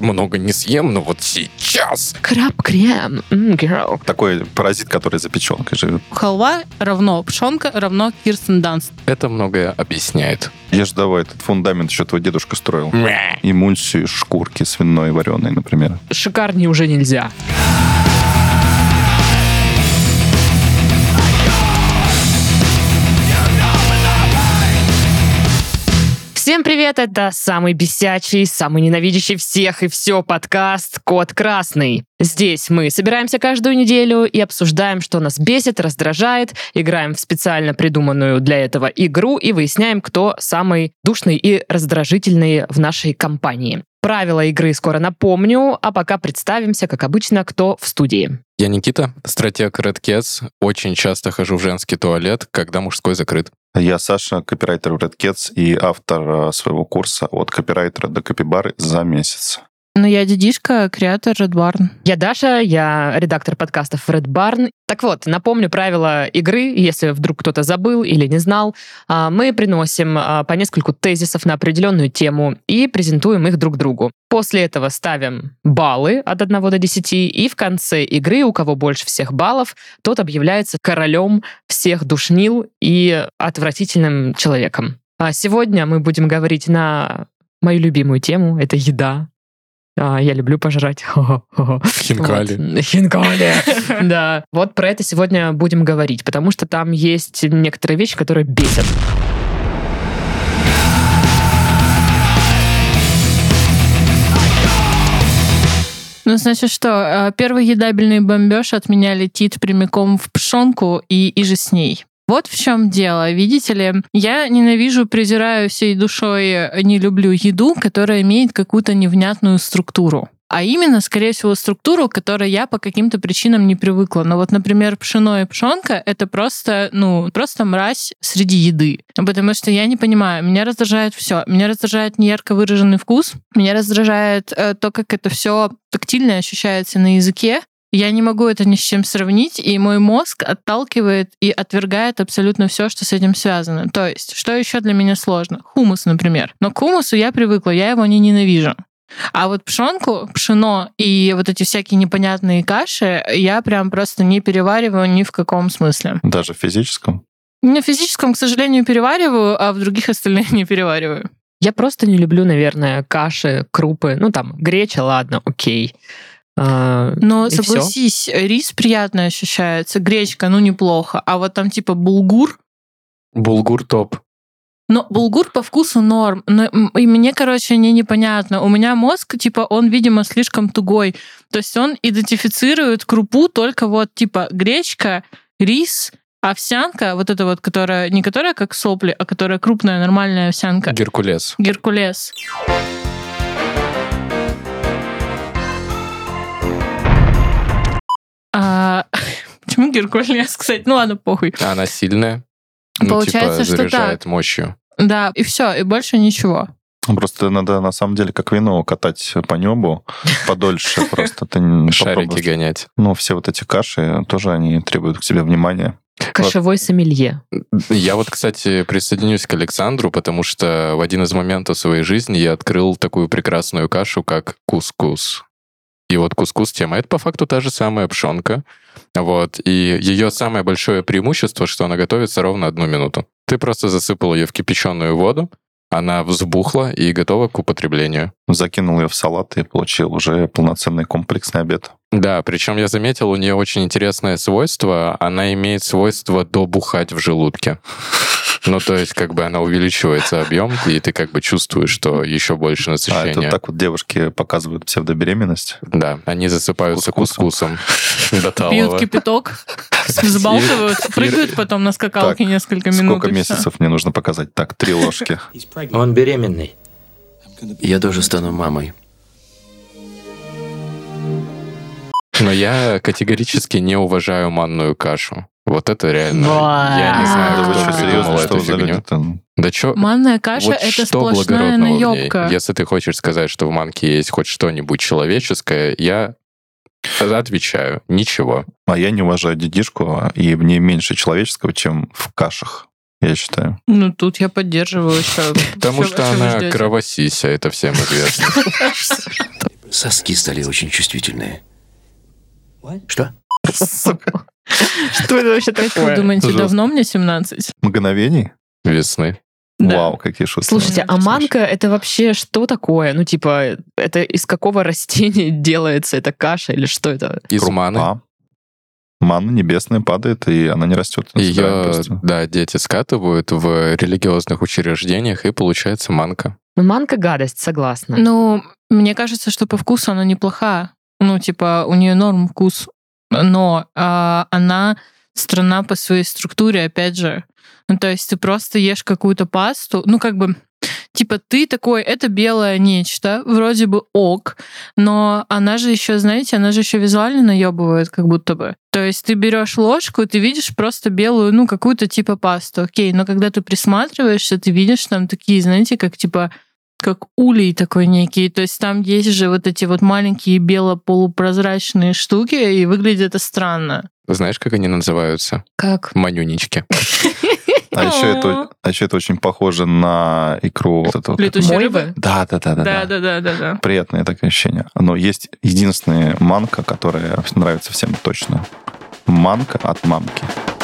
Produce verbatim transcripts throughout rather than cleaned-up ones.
много не съем, но вот сейчас. Краб-крем, mm, girl. Такой паразит, который за печенкой живет. Халва равно пшенка равно Кирстен Данст. Это многое объясняет. Ешь давай, этот фундамент еще твой дедушка строил. Мя. Эмульсию из шкурки свиной вареной, например. Шикарнее уже нельзя. Всем привет, это самый бесячий, самый ненавидящий всех и все подкаст «Код Красный». Здесь мы собираемся каждую неделю и обсуждаем, что нас бесит, раздражает, играем в специально придуманную для этого игру и выясняем, кто самый душный и раздражительный в нашей компании. Правила игры скоро напомню, а пока представимся, как обычно, кто в студии. Я Никита, стратег Red Cats. Очень часто хожу в женский туалет, когда мужской закрыт. Я Саша, копирайтер в Red Cats и автор своего курса «От копирайтера до копибары за месяц». Ну, я Дидишка, креатор Red Barn. Я Даша, я редактор подкастов Red Barn. Так вот, напомню правила игры, если вдруг кто-то забыл или не знал. Мы приносим по нескольку тезисов на определенную тему и презентуем их друг другу. После этого ставим баллы от одного до десяти, и в конце игры, у кого больше всех баллов, тот объявляется королем всех душнил и отвратительным человеком. А сегодня мы будем говорить на мою любимую тему — это еда. А, я люблю пожрать. Хинкали. Вот. Хинкали. Да. Вот про это сегодня будем говорить, потому что там есть некоторые вещи, которые бесят. Ну, значит что, первый едабельный бомбеж от меня летит прямиком в пшенку и иже с ней. Вот в чем дело, видите ли, я ненавижу, презираю всей душой, не люблю еду, которая имеет какую-то невнятную структуру. А именно, скорее всего, структуру, к которой я по каким-то причинам не привыкла. Но вот, например, пшено и пшенка — это просто, ну, просто мразь среди еды. Потому что я не понимаю, меня раздражает все. Меня раздражает неярко выраженный вкус, меня раздражает э, то, как это все тактильно ощущается на языке. Я не могу это ни с чем сравнить, и мой мозг отталкивает и отвергает абсолютно все, что с этим связано. То есть, что еще для меня сложно? Хумус, например. Но к хумусу я привыкла, я его не ненавижу. А вот пшенку, пшено и вот эти всякие непонятные каши я прям просто не перевариваю ни в каком смысле. Даже в физическом? На физическом, к сожалению, перевариваю, а в других остальных не перевариваю. Я просто не люблю, наверное, каши, крупы. Ну, там, греча, ладно, окей. А, Но согласись, всё. Рис приятно ощущается, гречка, ну, неплохо. А вот там типа булгур... Булгур топ. Но булгур по вкусу норм. Но, и мне, короче, не непонятно. У меня мозг, типа, он, видимо, слишком тугой. То есть он идентифицирует крупу только вот, типа, гречка, рис, овсянка, вот эта вот, которая, не которая как сопли, а которая крупная, нормальная овсянка. Геркулес. Геркулес. А, почему Геркулес, кстати? Ну ладно, похуй. Она сильная. Получается, ну, типа, что заряжает так. мощью. Да, и все, и больше ничего. Просто надо, на самом деле, как вино катать по небу подольше. Просто ты шарики гонять. Ну, все вот эти каши тоже, они требуют к себе внимания. Кашевой сомелье. Я вот, кстати, присоединюсь к Александру, потому что в один из моментов своей жизни я открыл такую прекрасную кашу, как кускус. И вот кускус-тема — это по факту та же самая пшенка. Вот. И ее самое большое преимущество, что она готовится ровно одну минуту. Ты просто засыпал ее в кипяченую воду, она взбухла и готова к употреблению. Закинул ее в салат и получил уже полноценный комплексный обед. Да, причем я заметил, у нее очень интересное свойство. Она имеет свойство добухать в желудке. Ну, то есть, как бы она увеличивается объем, и ты как бы чувствуешь, что еще больше насыщения. А это так вот девушки показывают псевдобеременность? Да, они засыпаются кускусом до талого. Пьют кипяток, взбалтывают, прыгают потом на скакалке несколько минут. Сколько месяцев мне нужно показать? Так, три ложки. Он беременный. Я тоже стану мамой. Но я категорически не уважаю манную кашу. Вот это реально. Я не знаю, Да кто вы что, придумал серьезно, эту что за фигню. люди-то? Да чё? Манная каша Вот это что сплошная благородного в ней? наебка. Если ты хочешь сказать, что в манке есть хоть что-нибудь человеческое, я отвечаю, ничего. А я не уважаю дедишку, и в ней меньше человеческого, чем в кашах, я считаю. Ну, тут я поддерживаю. Потому что она кровосися, это всем известно. соски стали очень чувствительные. Что? Что это вообще Как вы такое? думаете, Жестко. давно мне семнадцать? Мгновений? Весны. Да. Вау, какие шутки. Слушайте, а Слушай. манка это вообще что такое? Ну, типа, это из какого растения делается эта каша или что это? Из Крупа. маны. Манна небесная падает, и она не растет. Ее, да, дети скатывают в религиозных учреждениях, и получается манка. Ну, манка гадость, согласна. Ну, мне кажется, что по вкусу она неплоха. Ну, типа, у нее норм вкус. Но а, она странна по своей структуре, опять же. Ну, то есть ты просто ешь какую-то пасту, ну, как бы, типа, ты такой, это белое нечто, вроде бы ок, но она же еще, знаете, она же еще визуально наебывает, как будто бы. То есть ты берешь ложку, и ты видишь просто белую, ну, какую-то типа пасту, окей, но когда ты присматриваешься, ты видишь там такие, знаете, как типа как улей такой некий. То есть там есть же вот эти вот маленькие бело-полупрозрачные штуки, и выглядит это странно. Знаешь, как они называются? Как? Манюнички. А еще, это, а еще это очень похоже на икру. Вот эту вот, Летучая как- Мойвы? рыба? Да, да, да, да, Да, да, да, да, да. Приятное такое ощущение. Но есть единственная манка, которая нравится всем точно. Манка от мамки.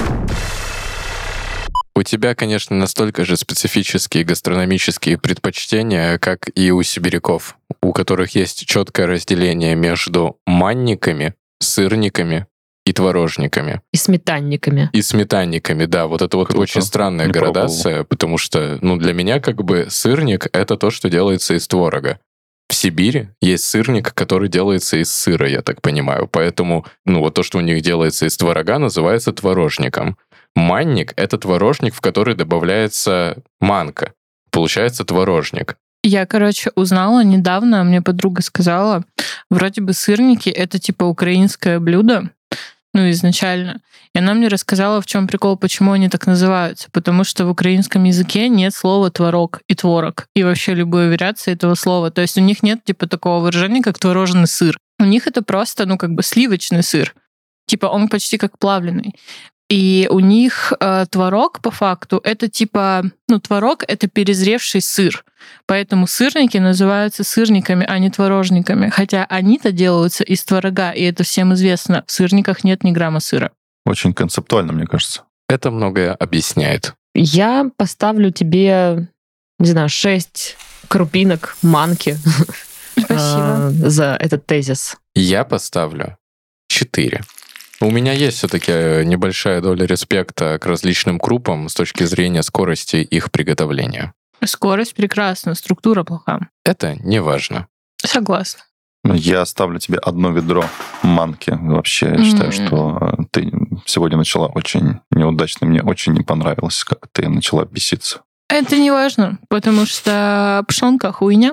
У тебя, конечно, настолько же специфические гастрономические предпочтения, как и у сибиряков, у которых есть четкое разделение между манниками, сырниками и творожниками. И сметанниками. И сметанниками, да. Вот это вот Круто. очень странная Не градация, потому что, ну, для меня как бы сырник — это то, что делается из творога. В Сибири есть сырник, который делается из сыра, я так понимаю. Поэтому, ну, вот то, что у них делается из творога, называется творожником. Манник — это творожник, в который добавляется манка. Получается творожник. Я, короче, узнала недавно, мне подруга сказала, вроде бы сырники — это типа украинское блюдо, ну, изначально. И она мне рассказала, в чем прикол, почему они так называются. Потому что в украинском языке нет слова творог и творог, и вообще любой вариации этого слова. То есть у них нет типа такого выражения, как творожный сыр. У них это просто, ну, как бы сливочный сыр. Типа он почти как плавленый. И у них э, творог, по факту, это типа... Ну, творог — это перезревший сыр. Поэтому сырники называются сырниками, а не творожниками. Хотя они-то делаются из творога, и это всем известно. В сырниках нет ни грамма сыра. Очень концептуально, мне кажется. Это многое объясняет. Я поставлю тебе, не знаю, шесть крупинок манки Спасибо. а, за этот тезис. Я поставлю четыре. У меня есть все-таки небольшая доля респекта к различным крупам с точки зрения скорости их приготовления. Скорость прекрасна, структура плоха. Это не важно. Согласна. Я ставлю тебе одно ведро манки. Вообще, я считаю, М. что ты сегодня начала очень неудачно. Мне очень не понравилось, как ты начала беситься. Это не важно, потому что пшенка хуйня.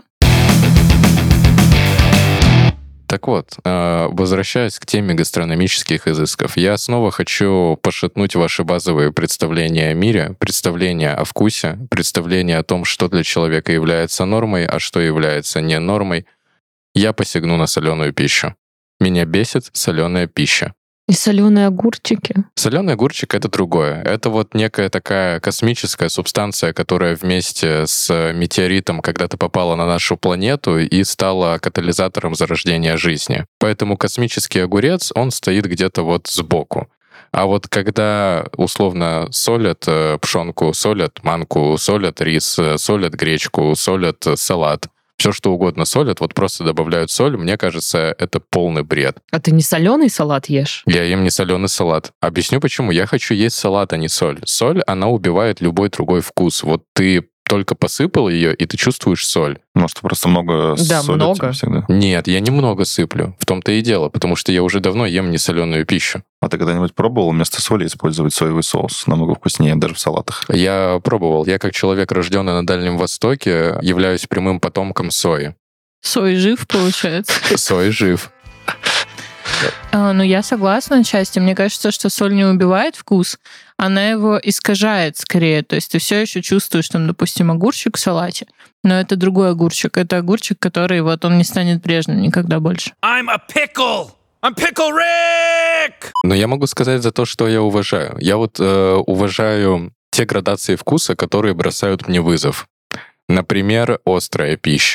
Так вот, э, возвращаясь к теме гастрономических изысков, я снова хочу пошатнуть ваши базовые представления о мире, представления о вкусе, представления о том, что для человека является нормой, а что является не нормой. Я посягну на соленую пищу. Меня бесит соленая пища. И соленые огурчики. Соленый огурчик — это другое. Это вот некая такая космическая субстанция, которая вместе с метеоритом когда-то попала на нашу планету и стала катализатором зарождения жизни. Поэтому космический огурец, он стоит где-то вот сбоку. А вот когда условно солят э, пшенку, солят манку, солят рис, э, солят гречку, солят э, салат, все что угодно солят, вот просто добавляют соль, мне кажется, это полный бред. А ты не соленый салат ешь? Я ем не соленый салат. Объясню почему. Я хочу есть салат, а не соль. Соль, она убивает любой другой вкус. Вот ты только посыпал ее, и ты чувствуешь соль. Может, просто много Да, солят много. всегда. Нет, я немного сыплю. В том-то и дело, потому что я уже давно ем не соленую пищу. А ты когда-нибудь пробовал вместо соли использовать соевый соус? Намного вкуснее, даже в салатах. Я пробовал. Я, как человек, рожденный на Дальнем Востоке, являюсь прямым потомком сои. Сой жив, получается. Сои жив. А, ну, я согласна отчасти. Мне кажется, что соль не убивает вкус, она его искажает скорее. То есть ты все еще чувствуешь, там, допустим, огурчик в салате, но это другой огурчик. Это огурчик, который вот он не станет прежним никогда больше. I'm a pickle! I'm Pickle Rick! Но я могу сказать за то, что я уважаю. Я вот э, уважаю те градации вкуса, которые бросают мне вызов. Например, острая пища.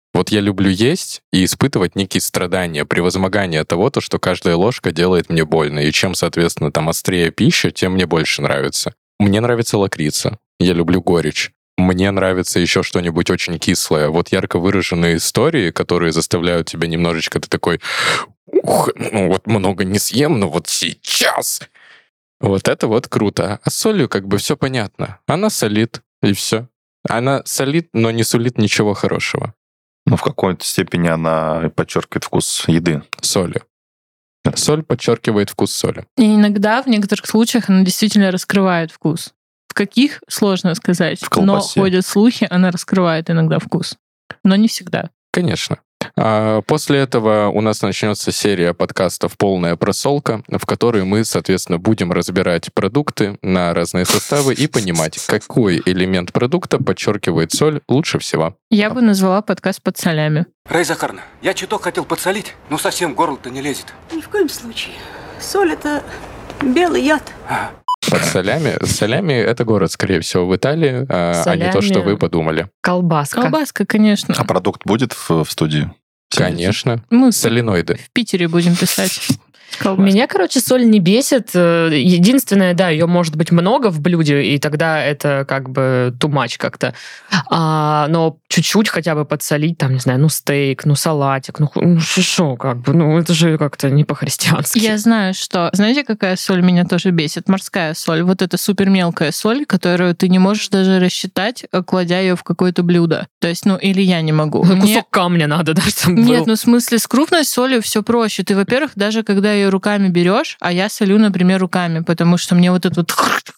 Вот я люблю есть и испытывать некие страдания, превозмогание того, то, что каждая ложка делает мне больно. И чем, соответственно, там острее пища, тем мне больше нравится. Мне нравится лакрица. Я люблю горечь. Мне нравится еще что-нибудь очень кислое. Вот ярко выраженные истории, которые заставляют тебя немножечко... Ты такой, ух, ну вот много не съем, но вот сейчас... Вот это вот круто. А с солью как бы все понятно. Она солит, и все. Она солит, но не сулит ничего хорошего. Ну, в какой-то степени она подчеркивает вкус еды. Соли. Соль подчеркивает вкус соли. И иногда, в некоторых случаях, она действительно раскрывает вкус. В каких, сложно сказать. В Но колбасе. ходят слухи, она раскрывает иногда вкус. Но не всегда. Конечно. А после этого у нас начнется серия подкастов «Полная просолка», в которой мы, соответственно, будем разбирать продукты на разные составы и понимать, какой элемент продукта подчеркивает соль лучше всего. Я бы назвала подкаст «Под солями». Рэй Захаровна, я чуток хотел подсолить, но совсем в горло-то не лезет. Ни в коем случае. Соль — это белый яд. Ага. Под солями. Солями — это город, скорее всего, в Италии, а, а не то, что вы подумали. Колбаска. Колбаска, конечно. А продукт будет в, в студии? Конечно. Мы в Соленоиды. в Питере будем писать. Колбаска. Меня, короче, соль не бесит. Единственное, да, ее может быть много в блюде, и тогда это как бы too much как-то. А, но чуть-чуть хотя бы подсолить, там, не знаю, ну, стейк, ну, салатик, ну, ну шо, как бы, ну, это же как-то не по-христиански. Я знаю, что... Знаете, какая соль меня тоже бесит? Морская соль. Вот эта супер мелкая соль, которую ты не можешь даже рассчитать, кладя ее в какое-то блюдо. То есть, ну, или я не могу. Кусок Мне- камня надо, да, чтобы Нет, был. ну в смысле с крупной солью все проще. Ты, во-первых, даже когда ее руками берешь, а я солю, например, руками, потому что мне вот эту вот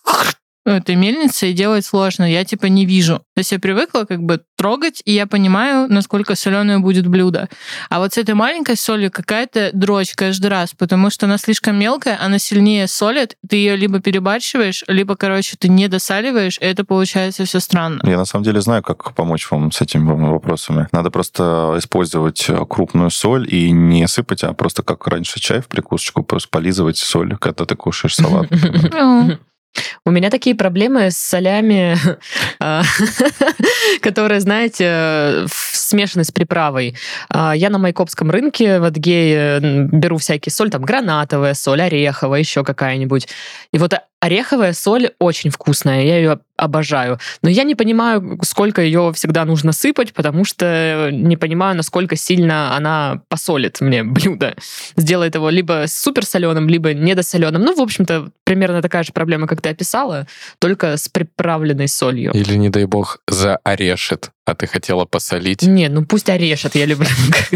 этой мельницей делать сложно, я типа не вижу. То есть я привыкла как бы трогать, и я понимаю, насколько соленое будет блюдо. А вот с этой маленькой солью какая-то дрожь каждый раз, потому что она слишком мелкая, она сильнее солит, ты ее либо перебарщиваешь, либо, короче, ты не досаливаешь, и это получается все странно. Я на самом деле знаю, как помочь вам с этими вопросами. Надо просто использовать крупную соль и не сыпать, а просто как раньше чай в прикусочку, просто полизывать соль, когда ты кушаешь салат. Ну, У меня такие проблемы с солями, а, которые, знаете, в- смешаны с приправой. А, Я на Майкопском рынке в Адыгее беру всякие соль, там гранатовая соль, ореховая, еще какая-нибудь. И вот ореховая соль очень вкусная, я ее обожаю. Но я не понимаю, сколько ее всегда нужно сыпать, потому что не понимаю, насколько сильно она посолит мне блюдо. Сделает его либо супер соленым, либо недосоленым. Ну, в общем-то, примерно такая же проблема, как ты описала, только с приправленной солью. Или, не дай бог, заорешет, а ты хотела посолить. Не, ну пусть орешет, я люблю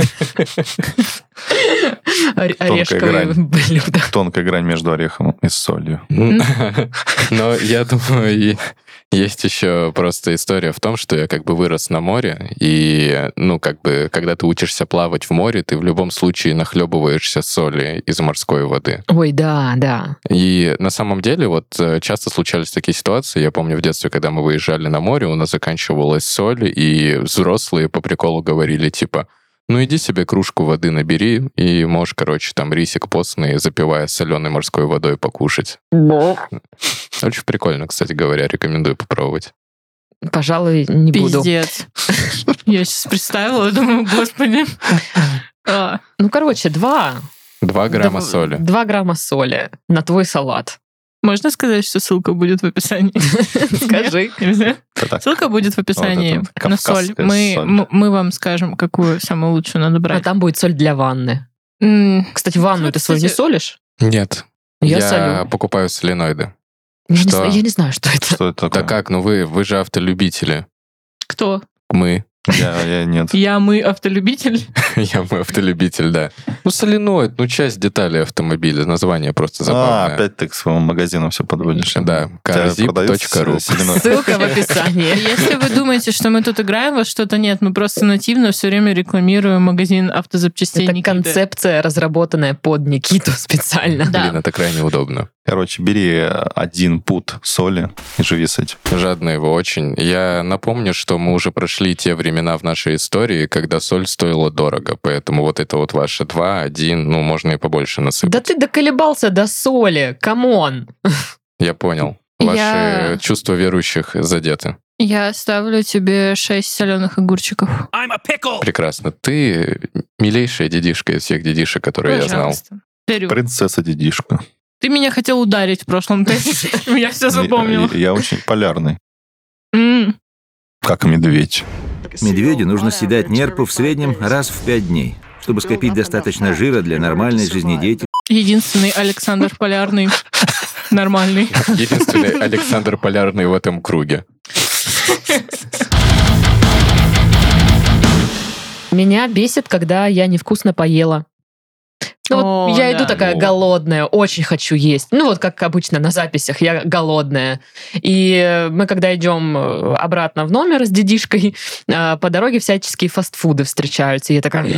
Ор- орешковые грань. блюда. Тонкая грань между орехом и солью. Но я думаю, и есть еще просто история в том, что я как бы вырос на море, и, ну, как бы, когда ты учишься плавать в море, ты в любом случае нахлебываешься соли из морской воды. Ой, да, да. И на самом деле вот э, часто случались такие ситуации. Я помню в детстве, когда мы выезжали на море, у нас заканчивалась соль, и взрослые по приколу говорили, типа, ну иди себе кружку воды набери, и можешь, короче, там рисик постный, запивая соленой морской водой, покушать. Очень прикольно, кстати говоря, рекомендую попробовать. Пожалуй, не буду. пиздец. Я сейчас представила, думаю, господи. А, Ну, короче, два. Два грамма Дв- соли. Два грамма соли на твой салат. Можно сказать, что ссылка будет в описании? Скажи. Нельзя? Это так. Ссылка будет в описании Вот это на соль. кавказская Мы, соль. м- мы вам скажем, какую самую лучшую надо А брать. там будет соль для ванны. М, Кстати, ванну ты свою не Кстати, солишь? Нет, Я я солю. покупаю соленоиды. Я не, Что? знаю, я не знаю, что это. Что это Да такое? как, ну вы, вы же автолюбители. Кто? Мы. Я, я нет. Я, мы, автолюбитель. Я мой автолюбитель, да. Ну, соленоид, ну, часть деталей автомобиля. Название просто А, забавное. опять ты к своему магазину все подводишь. Да, У тебя карзип продается точка ру. соленоид? Ссылка в описании. Если вы думаете, что мы тут играем во что-то, нет, мы просто нативно все время рекламируем магазин автозапчастей Это Никиты. концепция, разработанная под Никиту специально. Да. Блин, это крайне удобно. Короче, бери один пуд соли и живи с этим. Жадно его очень. Я напомню, что мы уже прошли те времена в нашей истории, когда соль стоила дорого. Поэтому вот это вот ваше два, один, ну, можно и побольше насыпать. Да ты доколебался до соли, камон. Я понял. Ваши Я- чувства верующих задеты. Я ставлю тебе шесть соленых огурчиков. I'm a pickle! Прекрасно. Ты милейшая дедишка из всех дедишек, которые я знал. Пожалуйста. Дарю. Принцесса-дедишка. Ты меня хотел ударить в прошлом тесте. Я все запомнила. Я очень полярный, М. как и медведь. Медведю нужно съедать нерпу в среднем раз в пять дней, чтобы скопить достаточно жира для нормальной жизнедеятельности. Единственный Александр Полярный. Нормальный. Единственный Александр Полярный в этом круге. Меня бесит, когда я невкусно поела. Ну, О, вот я да. иду такая О. голодная, очень хочу есть. Ну, вот как обычно на записях, я голодная. И мы, когда идем обратно в номер с дедишкой, э, по дороге всяческие фастфуды встречаются. И я такая,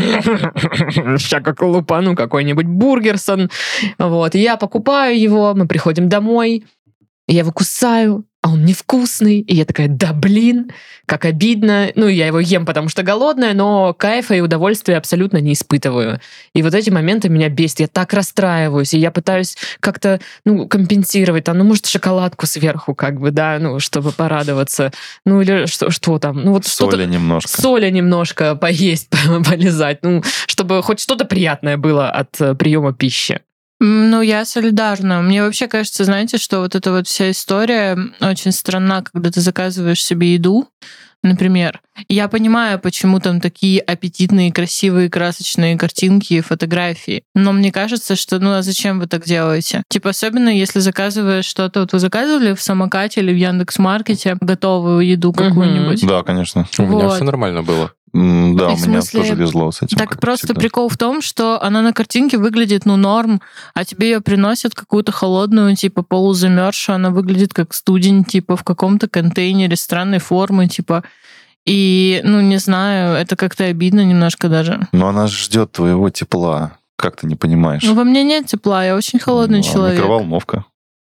ща как лупану какой-нибудь бургерсон. Вот. И я покупаю его, мы приходим домой, я его кусаю, а он невкусный. И я такая, да блин, как обидно. Ну, я его ем, потому что голодная, но кайфа и удовольствия абсолютно не испытываю. И вот эти моменты меня бесят. Я так расстраиваюсь, и я пытаюсь как-то, ну, компенсировать. Там, ну, может, шоколадку сверху, как бы, да, ну, чтобы порадоваться. Ну, или что, что там? Ну, вот Соли что-то... немножко. Соли немножко поесть, полезать. Ну, чтобы хоть что-то приятное было от э, приема пищи. М, Ну, я солидарна. Мне вообще кажется, знаете, что вот эта вот вся история очень странна, когда ты заказываешь себе еду, например. Я понимаю, почему там такие аппетитные, красивые, красочные картинки и фотографии. Но мне кажется, что ну а зачем вы так делаете? Типа, особенно если заказываешь что-то, вот вы заказывали в самокате или в Яндекс.Маркете готовую еду какую-нибудь. Да, конечно. У меня Вот. все нормально было. М, Да, И у в меня смысле, тоже везло с этим. Так как просто всегда. прикол в том, что она на картинке выглядит, ну, норм, а тебе ее приносят какую-то холодную, типа, полузамерзшую, она выглядит как студень, типа, в каком-то контейнере странной формы, типа. И, ну, не знаю, это как-то обидно немножко даже. Но она ждет твоего тепла. Как ты не понимаешь? Ну, во мне нет тепла, я очень холодный Ну, человек. Микроволновка.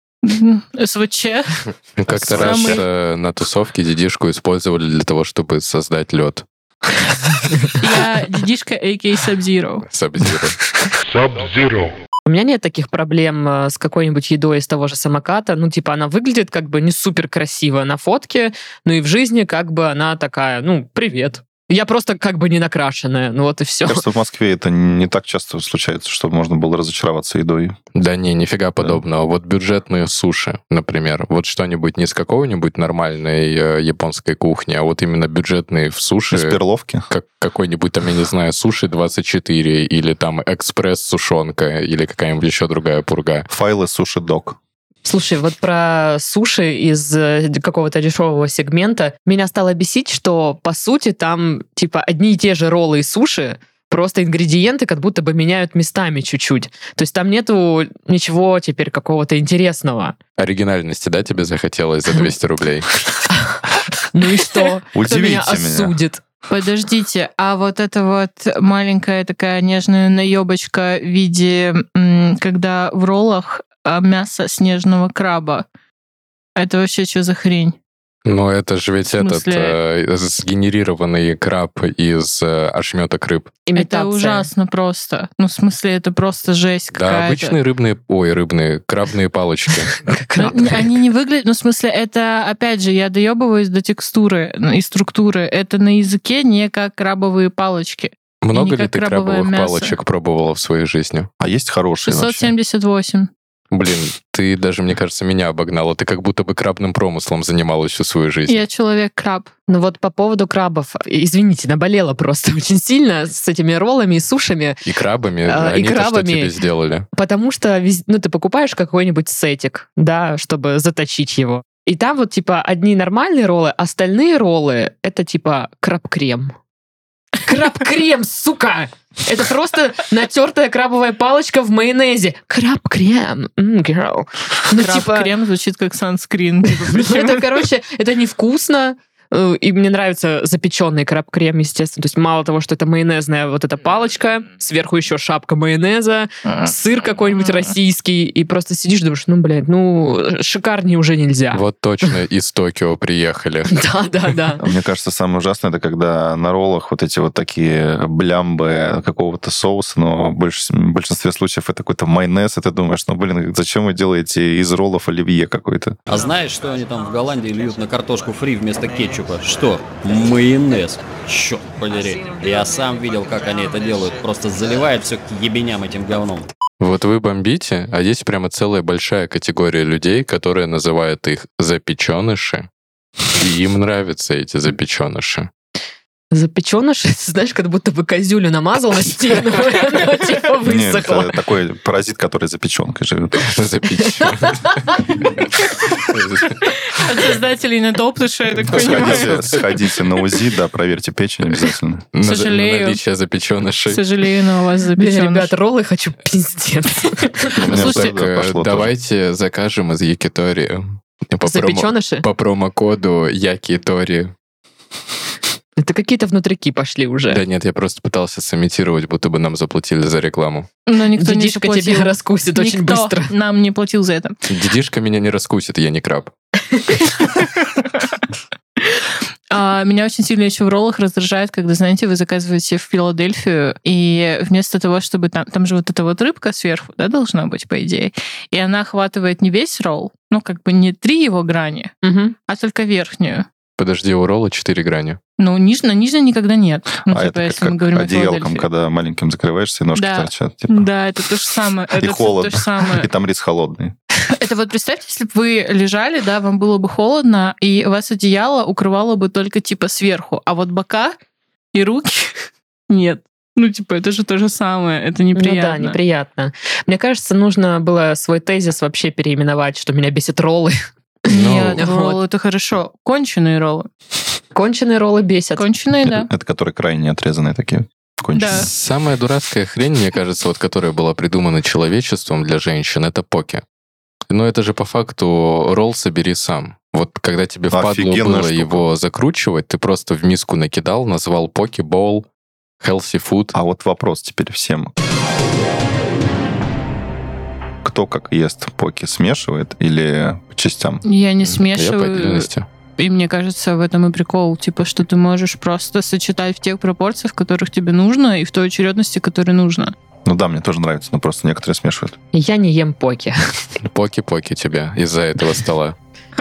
СВЧ. Как-то Самый- раз э, на тусовке дедишку использовали для того, чтобы создать лед. Я дедишка, а ка а. Sub-Zero. Сабзиро. У меня нет таких проблем э, с какой-нибудь едой из того же самоката. Ну, типа, она выглядит как бы не супер красиво на фотке, но и в жизни как бы она такая, ну, привет. Я просто как бы не накрашенная, ну вот и все. Кажется, в Москве это не так часто случается, чтобы можно было разочароваться едой. Да не, нифига подобного. Вот бюджетные суши, например. Вот что-нибудь не с какого-нибудь нормальной э, японской кухни, а вот именно бюджетные в суши. Из перловки. Как какой-нибудь там, я не знаю, суши двадцать четыре или там экспресс-сушонка или какая-нибудь еще другая пурга. Файлы суши-дог. Слушай, вот про суши из э, какого-то дешевого сегмента меня стало бесить, что, по сути, там, типа, одни и те же роллы и суши, просто ингредиенты как будто бы меняют местами чуть-чуть. То есть там нету ничего теперь какого-то интересного. Оригинальности, да, тебе захотелось за двести рублей? Ну и что? Кто Удивите меня меня. осудит? Подождите, а вот эта вот маленькая такая нежная наебочка в виде, м, когда в роллах а, мясо снежного краба, это вообще что за хрень? Ну, это же ведь В смысле? этот э, сгенерированный краб из э, ошметок рыб. Имитация. Это ужасно просто. Ну, в смысле, это просто жесть Да, какая-то. обычные рыбные, ой, рыбные, крабные палочки. Ну, они не выглядят, ну, в смысле, это, опять же, я доебываюсь до текстуры и структуры. Это на языке не как крабовые палочки. Много не ли как ты крабовое крабовых мясо. палочек пробовала в своей жизни? А есть хорошие шестьсот вообще? семьдесят восемь. Блин, ты даже, мне кажется, меня обогнала. Ты как будто бы крабным промыслом занималась всю свою жизнь. Я человек-краб. Ну вот по поводу крабов. Извините, наболела просто очень сильно с этими роллами и сушами. И крабами. А, и Они-то что крабами. тебе сделали? Потому что вез- ну, ты покупаешь какой-нибудь сетик, да, чтобы заточить его. И там вот типа одни нормальные роллы, остальные роллы — это типа краб-крем. Краб-крем, сука! Это просто натертая крабовая палочка в майонезе. Краб-крем. М, girl. Ну, типа, Краб-крем звучит как санскрин. Типа, ну, причем- это, короче, это невкусно. И мне нравится запеченный краб-крем, естественно. То есть мало того, что это майонезная вот эта палочка, сверху еще шапка майонеза, сыр какой-нибудь российский, и просто сидишь, думаешь, ну, блядь, ну, шикарнее уже нельзя. Вот точно из Токио приехали. Да, да, да. Мне кажется, самое ужасное, это когда на роллах вот эти вот такие блямбы какого-то соуса, но в большинстве случаев это какой-то майонез, и ты думаешь, ну, блин, зачем вы делаете из роллов оливье какой-то? А знаешь, что они там в Голландии льют на картошку фри вместо кетчупа? Что? Майонез. Черт подери. Я сам видел, как они это делают. Просто заливают все к ебеням этим говном. Вот вы бомбите, а есть прямо целая большая категория людей, которые называют их запеченыши, и им нравятся эти запеченыши. Запеченыш, знаешь, как будто бы козюлю намазал на стену, и она типа Нет, высохла. это такой паразит, который за печенкой живет. От создателей Нетоптыша, я так понимаю. Сходите, сходите на УЗИ, да, проверьте печень обязательно. К сожалению. На наличие запеченышей. К сожалению, но у вас Блин, запеченный. ребят, роллы хочу пиздец. Слушайте, Так, э, давайте закажем из Якитории. По промо- Запеченыши? По промокоду Якитори. Это какие-то внутрики пошли уже. Да нет, я просто пытался сымитировать, будто бы нам заплатили за рекламу. Но никто не Дедишка заплатил. тебя раскусит очень Никто быстро. нам не платил за это. Дедишка меня не раскусит, я не краб. А, меня очень сильно еще в роллах раздражает, когда, знаете, вы заказываете в Филадельфию, и вместо того, чтобы там... Там же вот эта вот рыбка сверху, да, должна быть, по идее. И она охватывает не весь ролл, ну, как бы не три его грани, Мгм. а только верхнюю. Подожди, у ролла четыре грани. Ну, ниж... на нижней никогда нет. Ну, А типа, это если как, мы говорим о одеялком, Филадельфии. когда маленьким закрываешься, и ножки Да. торчат. Типа. Да, это то же самое. И Это холодно. то же самое. И там рис холодный. Это вот представьте, если бы вы лежали, да, вам было бы холодно, и вас одеяло укрывало бы только типа сверху, а вот бока и руки нет. Ну, типа, это же то же самое, это неприятно. Ну да, неприятно. Мне кажется, нужно было свой тезис вообще переименовать, что меня бесит роллы. Нет, Ну, роллы вот. это хорошо. Конченые роллы. Конченые роллы бесят. Конченые, да. Это которые крайне отрезанные такие. Конченые. Да. Самая дурацкая хрень, мне кажется, вот которая была придумана человечеством для женщин, это поки. Но это же по факту ролл собери сам. Вот когда тебе впадло Офигенная было штука. его закручивать, ты просто в миску накидал, назвал поки, боул, healthy food. А вот вопрос теперь всем. Кто как ест поки, смешивает или по частям? Я не Я по смешиваю. отдельности. И мне кажется, в этом и прикол. Типа, что ты можешь просто сочетать в тех пропорциях, в которых тебе нужно, и в той очередности, которой нужно. Ну да, мне тоже нравится, но просто некоторые смешивают. Я не ем поки. Поки-поки тебя из-за этого стола.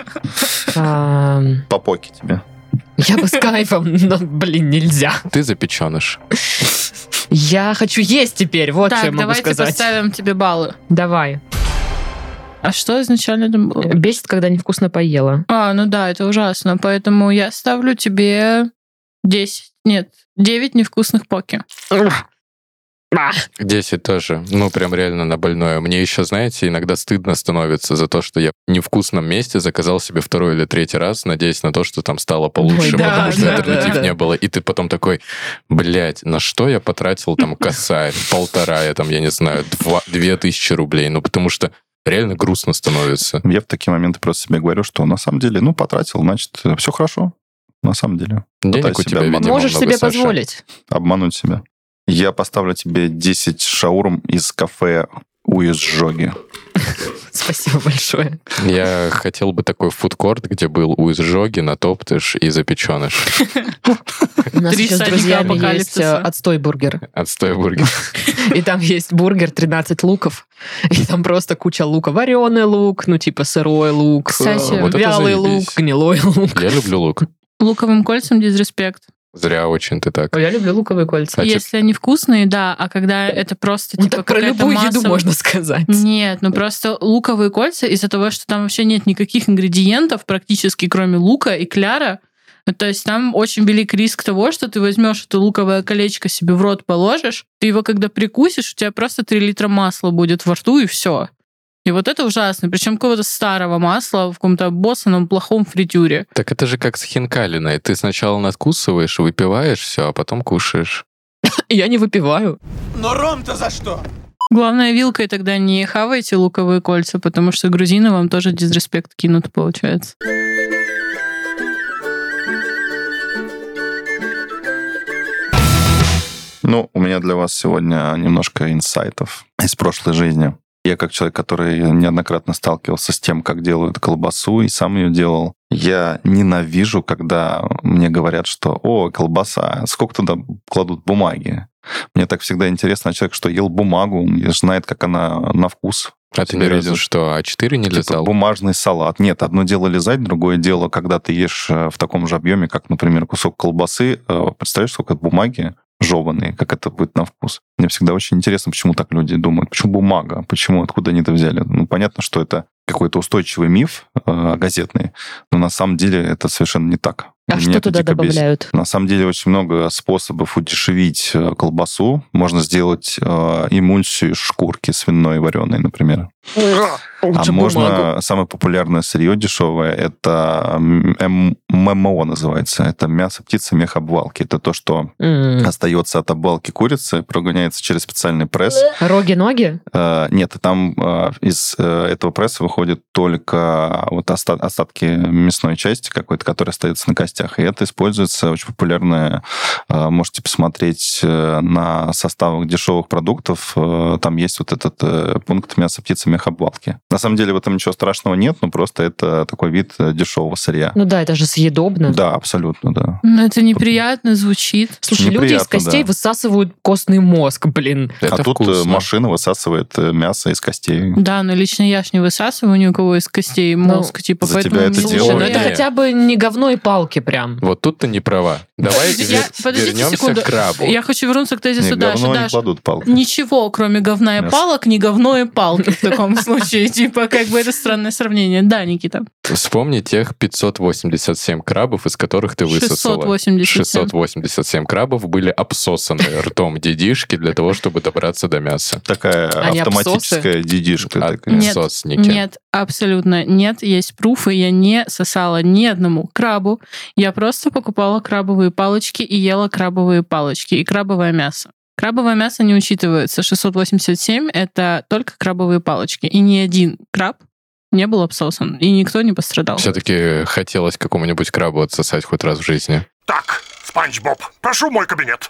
Ам, По поки тебе. Я бы с кайфом, но, блин, нельзя. Ты запеченыш. Я хочу есть теперь, вот что я Так, могу давайте сказать. поставим тебе баллы. Давай. А что изначально там было? Бесит, когда невкусно поела. А, ну да, это ужасно. Поэтому я ставлю тебе десять. Нет, девять невкусных поки. десять тоже. Ну, прям реально на больное. Мне еще, знаете, иногда стыдно становится за то, что я в невкусном месте заказал себе второй или третий раз, надеясь на то, что там стало получше, Ой, да, потому что да, альтернатив да, да. не было. И ты потом такой, блядь, на что я потратил там косарь, полтора, я там, я не знаю, два, две тысячи рублей. Ну, потому что реально грустно становится. Я в такие моменты просто себе говорю, что на самом деле, ну, потратил, значит, все хорошо. На самом деле. Денег Пытаюсь у себя тебя, обмануть. видимо, Можешь много, себе Саша. позволить. Обмануть себя. Я поставлю тебе десять шаурм из кафе Уизжоги. Спасибо большое. Я хотел бы такой фудкорт, где был уизжоги, натоптыш и запеченыш. У нас Три еще с всадника друзьями есть апокалипсиса. э, отстой бургер. Отстой бургер. И там есть бургер тринадцать луков. И там просто куча лука. Вареный лук, ну типа сырой лук, Кстати, э, вот это вялый заебись. лук, гнилой лук. Я люблю лук. Луковым кольцам дизреспект. Зря очень ты так. Ой, я люблю луковые кольца. А Если они вкусные, да, а когда это просто Ну, типа так про какая-то любую еду массовая- можно сказать. Нет, ну просто луковые кольца из-за того, что там вообще нет никаких ингредиентов практически, кроме лука и кляра. Ну, то есть там очень велик риск того, что ты возьмешь это луковое колечко себе в рот положишь, ты его когда прикусишь, у тебя просто три литра масла будет во рту и все. И вот это ужасно. Причем какого-то старого масла в каком-то обоссанном плохом фритюре. Так это же как с хинкалиной. Ты сначала надкусываешь, выпиваешь все, а потом кушаешь. Я не выпиваю. Но Ром-то за что? Главное, вилкой тогда не хавайте луковые кольца, потому что грузины вам тоже дизреспект кинут, получается. Ну, у меня для вас сегодня немножко инсайтов из прошлой жизни. Я как человек, который неоднократно сталкивался с тем, как делают колбасу, и сам ее делал, я ненавижу, когда мне говорят, что «О, колбаса, сколько туда кладут бумаги?» Мне так всегда интересно, человек, что ел бумагу, он знает, как она на вкус. А ты не видел, что А четыре не лизал? Типа бумажный салат. Нет, одно дело лизать, другое дело, когда ты ешь в таком же объеме, как, например, кусок колбасы. Представляешь, сколько бумаги жеванные, как это будет на вкус. Мне всегда очень интересно, почему так люди думают. Почему бумага? Почему? Откуда они это взяли? Ну, понятно, что это какой-то устойчивый миф э, газетный, но на самом деле это совершенно не так. А Меня что туда добавляют? Бесит. На самом деле очень много способов удешевить колбасу. Можно сделать э, эмульсию из шкурки свиной вареной, например. А можно... Самое популярное сырье дешевое, это эм эм о называется. Это мясо птицы мех обвалки. Это то, что mm. остается от обвалки курицы, прогоняется через специальный пресс. Роги-ноги? Э, нет, там э, из э, этого пресса выходят только вот оста- остатки мясной части какой-то, которая остается на костях. И это используется очень популярное. Э, можете посмотреть э, на составах дешевых продуктов. Э, там есть вот этот э, пункт мясо птицы мех обвалки. На самом деле в этом ничего страшного нет, но просто это такой вид дешевого сырья. Ну да, это же съедобно. Да, абсолютно, да. Но это неприятно звучит. Слушай, неприятно, люди из костей да. высасывают костный мозг, блин. Это а вкусно. Тут машина высасывает мясо из костей. Да, но лично я ж не высасываю ни у кого из костей мозг. Ну, типа, за поэтому... тебя это Слушай, делают. ну это хотя бы не говно и палки прям. Вот тут ты не права. Давай я, вернемся секунду. к крабу. Я хочу вернуться к тезису не, Даши. говно Даша, не кладут палки. Ничего, кроме говна и yes. палок, не говно и палки в таком случае. Типа, как бы это странное сравнение. Да, Никита? Вспомни тех пятьсот восемьдесят семь крабов, из которых ты высосала. шестьсот восемьдесят семь. шестьсот восемьдесят семь крабов были обсосаны ртом дедишки для того, чтобы добраться до мяса. Такая Они автоматическая обсосы? дедишка. От такая. Нет, сосники. нет, абсолютно нет. Есть пруфы, я не сосала ни одному крабу. Я просто покупала крабовые палочки и ела крабовые палочки и крабовое мясо. Крабовое мясо не учитывается. шестьсот восемьдесят семь — это только крабовые палочки. И ни один краб не был обсосан, и никто не пострадал. Все-таки хотелось какому-нибудь крабу отсосать хоть раз в жизни. Так, Спанч Боб, прошу мой кабинет.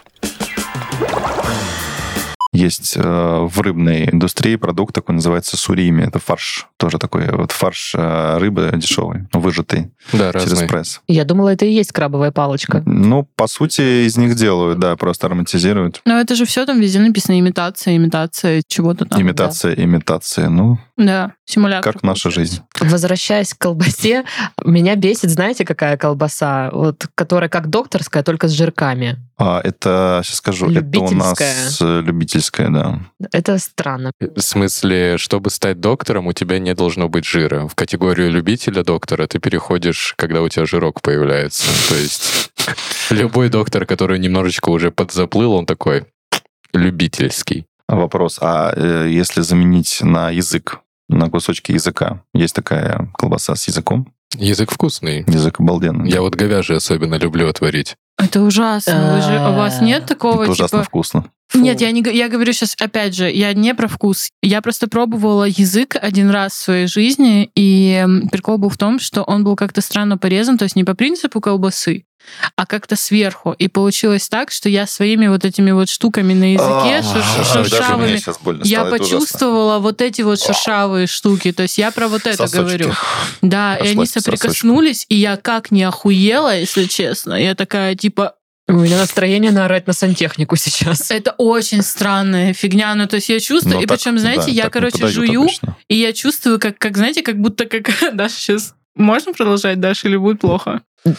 Есть э, в рыбной индустрии продукт такой, называется сурими. Это фарш. Тоже такой вот фарш э, рыбы дешевый, выжатый да, через разный. пресс. Я думала, это и есть крабовая палочка. Ну, по сути, из них делают, да, просто ароматизируют. Но это же все там везде написано имитация, имитация чего-то там. Имитация, да. имитация. Ну, да, симулятор. Как наша жизнь. Возвращаясь к колбасе, меня бесит, знаете, какая колбаса? Вот, которая как докторская, только с жирками. А, это, сейчас скажу, это у нас любительская, да. Это странно. В смысле, чтобы стать доктором, у тебя не должно быть жира. В категорию любителя доктора ты переходишь, когда у тебя жирок появляется. То есть любой доктор, который немножечко уже подзаплыл, он такой любительский. Вопрос, а э, если заменить на язык, на кусочки языка, есть такая колбаса с языком? Язык вкусный. Язык обалденный. Я вот говяжий особенно люблю отварить. Это ужасно. Вы же, у вас нет такого, Это ужасно типа... вкусно. Фу. Нет, я, не, я говорю сейчас, опять же, я не про вкус. Я просто пробовала язык один раз в своей жизни, и прикол был в том, что он был как-то странно порезан, то есть не по принципу колбасы, а как-то сверху. И получилось так, что я своими вот этими вот штуками на языке шершавыми, я почувствовала вот эти вот шершавые штуки. То есть я про вот это говорю. Да, и они соприкоснулись, и я как не охуела, если честно. Я такая, типа... У меня настроение наорать на сантехнику сейчас. Это очень странная фигня. Ну, то есть я чувствую, Но и так, причем, знаете, да, я, короче, жую, обычно. И я чувствую, как, как, знаете, как будто как... Даша, сейчас можно продолжать, Даша, или будет плохо?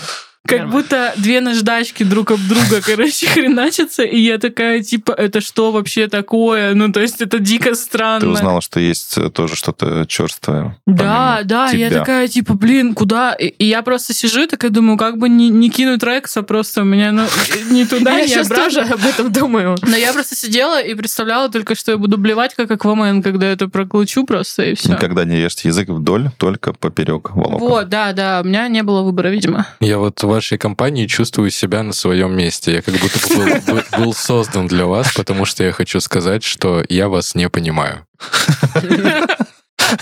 Как будто две наждачки друг об друга, короче, хреначатся, и я такая, типа, это что вообще такое? Ну, то есть это дико странно. Ты узнала, что есть тоже что-то черствое? Да, да, тебя. Я такая, типа, блин, куда? И, и я просто сижу и такая думаю, как бы не, не кинуть Рекса, просто у меня ну, ни туда, ни обратно. Я сейчас тоже об этом думаю. Но я просто сидела и представляла только, что я буду блевать, как Аквамен, когда это проклучу просто, и все. Никогда не ешьте язык вдоль, только поперек волокон. Вот, да, да, у меня не было выбора, видимо. Я вот в вашей компании чувствую себя на своем месте. Я как будто бы был, был создан для вас, потому что я хочу сказать, что я вас не понимаю.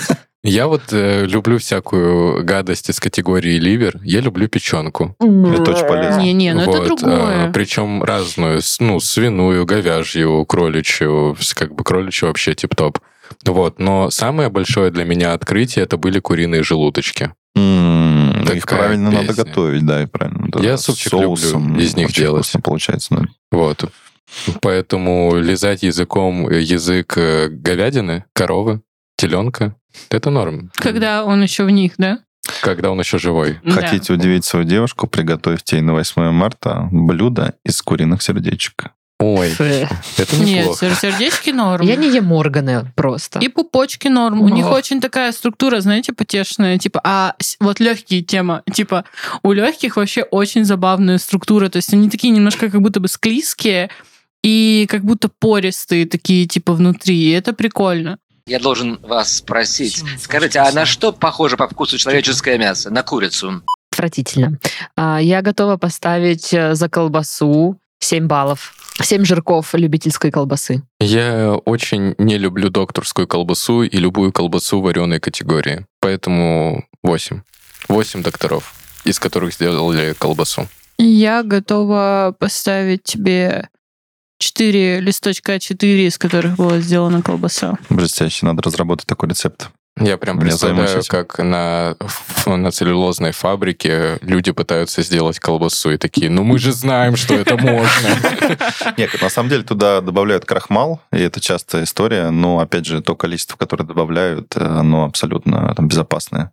Я вот э, люблю всякую гадость из категории ливер. Я люблю печенку. Это очень полезно. Не-не, ну Вот, это другое. а, причем разную, с- ну, свиную, говяжью, кроличью, с- как бы кроличью вообще тип-топ. Вот, но самое большое для меня открытие это были куриные желудочки. М, Такая Их правильно надо песня. готовить, да, и правильно. да, Я с супчик люблю соусом из них очень делать. вкусно получается. Да. Вот. Поэтому лизать языком язык э, говядины, коровы, теленка, это норм. Когда он еще в них, да? Когда он еще живой. Да. Хотите удивить свою девушку, приготовьте ей на восьмое марта блюдо из куриных сердечек. Ой, Фэ. это Нет, неплохо. сер- сердечки норм. Я не ем органы просто. И пупочки норм. У них Ох. очень такая структура, знаете, потешная. Типа, а с- вот легкие тема. Типа, у легких вообще очень забавная структура. То есть они такие немножко как будто бы склизкие и как будто пористые такие, типа, внутри. И это прикольно. Я должен вас спросить. Скажите, а на что похоже по вкусу человеческое мясо? На курицу? Отвратительно. А, Я готова поставить э, за колбасу семь баллов. семь жирков любительской колбасы. Я очень не люблю докторскую колбасу и любую колбасу вареной категории. Поэтому восемь. восемь докторов, из которых сделали колбасу. Я готова поставить тебе четыре листочка А четыре, из которых была сделана колбаса. Блестяще, надо разработать такой рецепт. Я прям Я представляю, займусь этим. как на, ф- на целлюлозной фабрике люди пытаются сделать колбасу и такие, ну мы же знаем, что это можно. Нет, на самом деле туда добавляют крахмал, и это частая история, но, опять же, то количество, которое добавляют, оно абсолютно там, безопасное.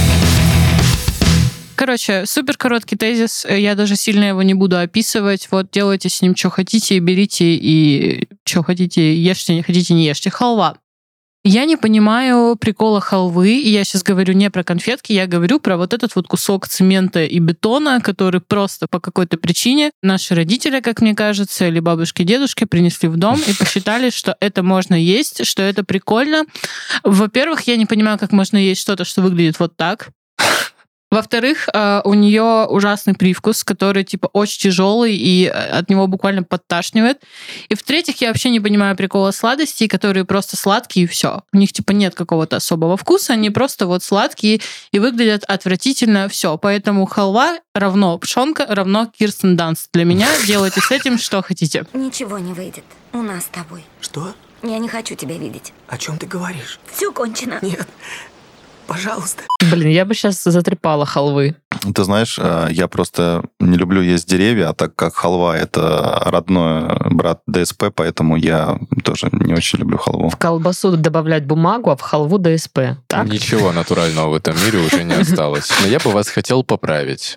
Короче, супер короткий тезис. Я даже сильно его не буду описывать. Вот делайте с ним, что хотите, берите и что хотите, ешьте, не хотите, не ешьте. Халва. Я не понимаю прикола халвы, и я сейчас говорю не про конфетки, я говорю про вот этот вот кусок цемента и бетона, который просто по какой-то причине наши родители, как мне кажется, или бабушки, дедушки принесли в дом и посчитали, что это можно есть, что это прикольно. Во-первых, я не понимаю, как можно есть что-то, что выглядит вот так. Во-вторых, э, у нее ужасный привкус, который типа очень тяжелый и от него буквально подташнивает. И в-третьих, я вообще не понимаю прикола сладостей, которые просто сладкие и все. У них типа нет какого-то особого вкуса, они просто вот сладкие и выглядят отвратительно, все. Поэтому халва равно пшенка равно Кирстен Данст. Для меня делайте с этим что хотите. Ничего не выйдет. У нас с тобой. Что? Я не хочу тебя видеть. О чем ты говоришь? Все кончено. Нет. Пожалуйста. Блин, я бы сейчас затрепала халвы. Ты знаешь, э, я просто не люблю есть деревья, а так как халва — это родной брат ДСП, поэтому я тоже не очень люблю халву. В колбасу добавлять бумагу, а в халву ДСП. Так? Ничего натурального в этом мире уже не осталось. Но я бы вас хотел поправить.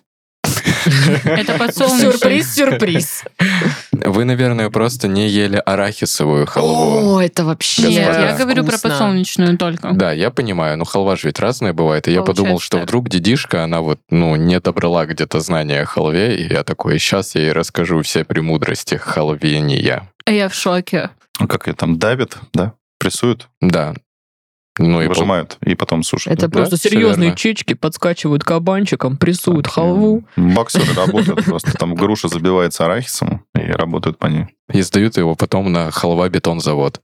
Это подсолнечный. Сюрприз, сюрприз. Вы, наверное, просто не ели арахисовую халву. О, это вообще Нет, Господа. я говорю про вкусно. подсолнечную только. Да, я понимаю, но халва же ведь разная бывает. И я Получается подумал, что так. вдруг дедишка, она вот, ну, не добрала где-то знания о халве, и я такой, сейчас я ей расскажу все премудрости халвения. А я в шоке. Ну, как ее там давят, да? Прессуют, Да. Ну и пол- выжимают, и потом сушат. Это Да, просто всё серьезные верно. чечки подскачивают кабанчиком, прессуют халву. Боксеры работают просто. Там груша забивается арахисом, и работают по ней. и сдают его потом на халва-бетонзавод.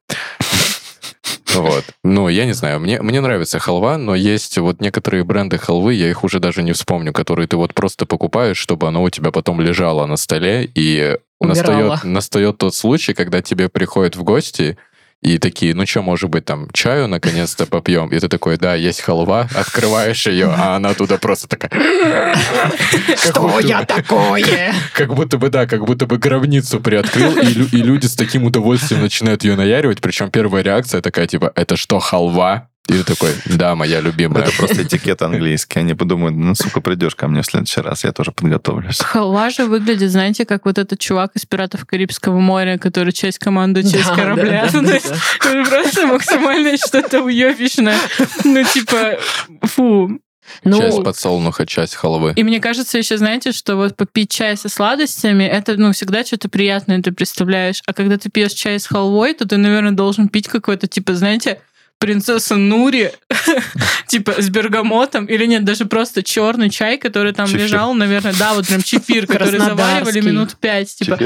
Вот. Ну, я не знаю, мне, мне нравится халва, но есть вот некоторые бренды халвы, я их уже даже не вспомню, которые ты вот просто покупаешь, чтобы оно у тебя потом лежало на столе, и Умирало. настает, настает тот случай, когда тебе приходят в гости, и такие, ну что, может быть, там, чаю наконец-то попьем? И ты такой, да, есть халва, открываешь ее, а она туда просто такая... Что я такое? Как будто бы, да, как будто бы гробницу приоткрыл, и, лю- и люди с таким удовольствием начинают ее наяривать, причем первая реакция такая, типа, это что, халва? И ты такой, да, моя любимая. Это просто этикет английский. Они подумают, ну, сука, придешь ко мне в следующий раз, я тоже подготовлюсь. Халва же выглядит, знаете, как вот этот чувак из «Пиратов Карибского моря», который часть команды, часть Да, корабля. да, Ну, да, то есть он просто максимально что-то уебищное. Ну, типа, фу. Часть Ну, подсолнуха, часть халвы. и мне кажется еще, знаете, что вот попить чай со сладостями, это, ну, всегда что-то приятное ты представляешь. А когда ты пьешь чай с халвой, то ты, наверное, должен пить какой-то, типа, знаете, принцесса Нури, типа с бергамотом, или нет, даже просто черный чай, который там Чефир. лежал, наверное, да, вот прям чефир, который Краснодарский. заваривали минут пять, типа. Чефир?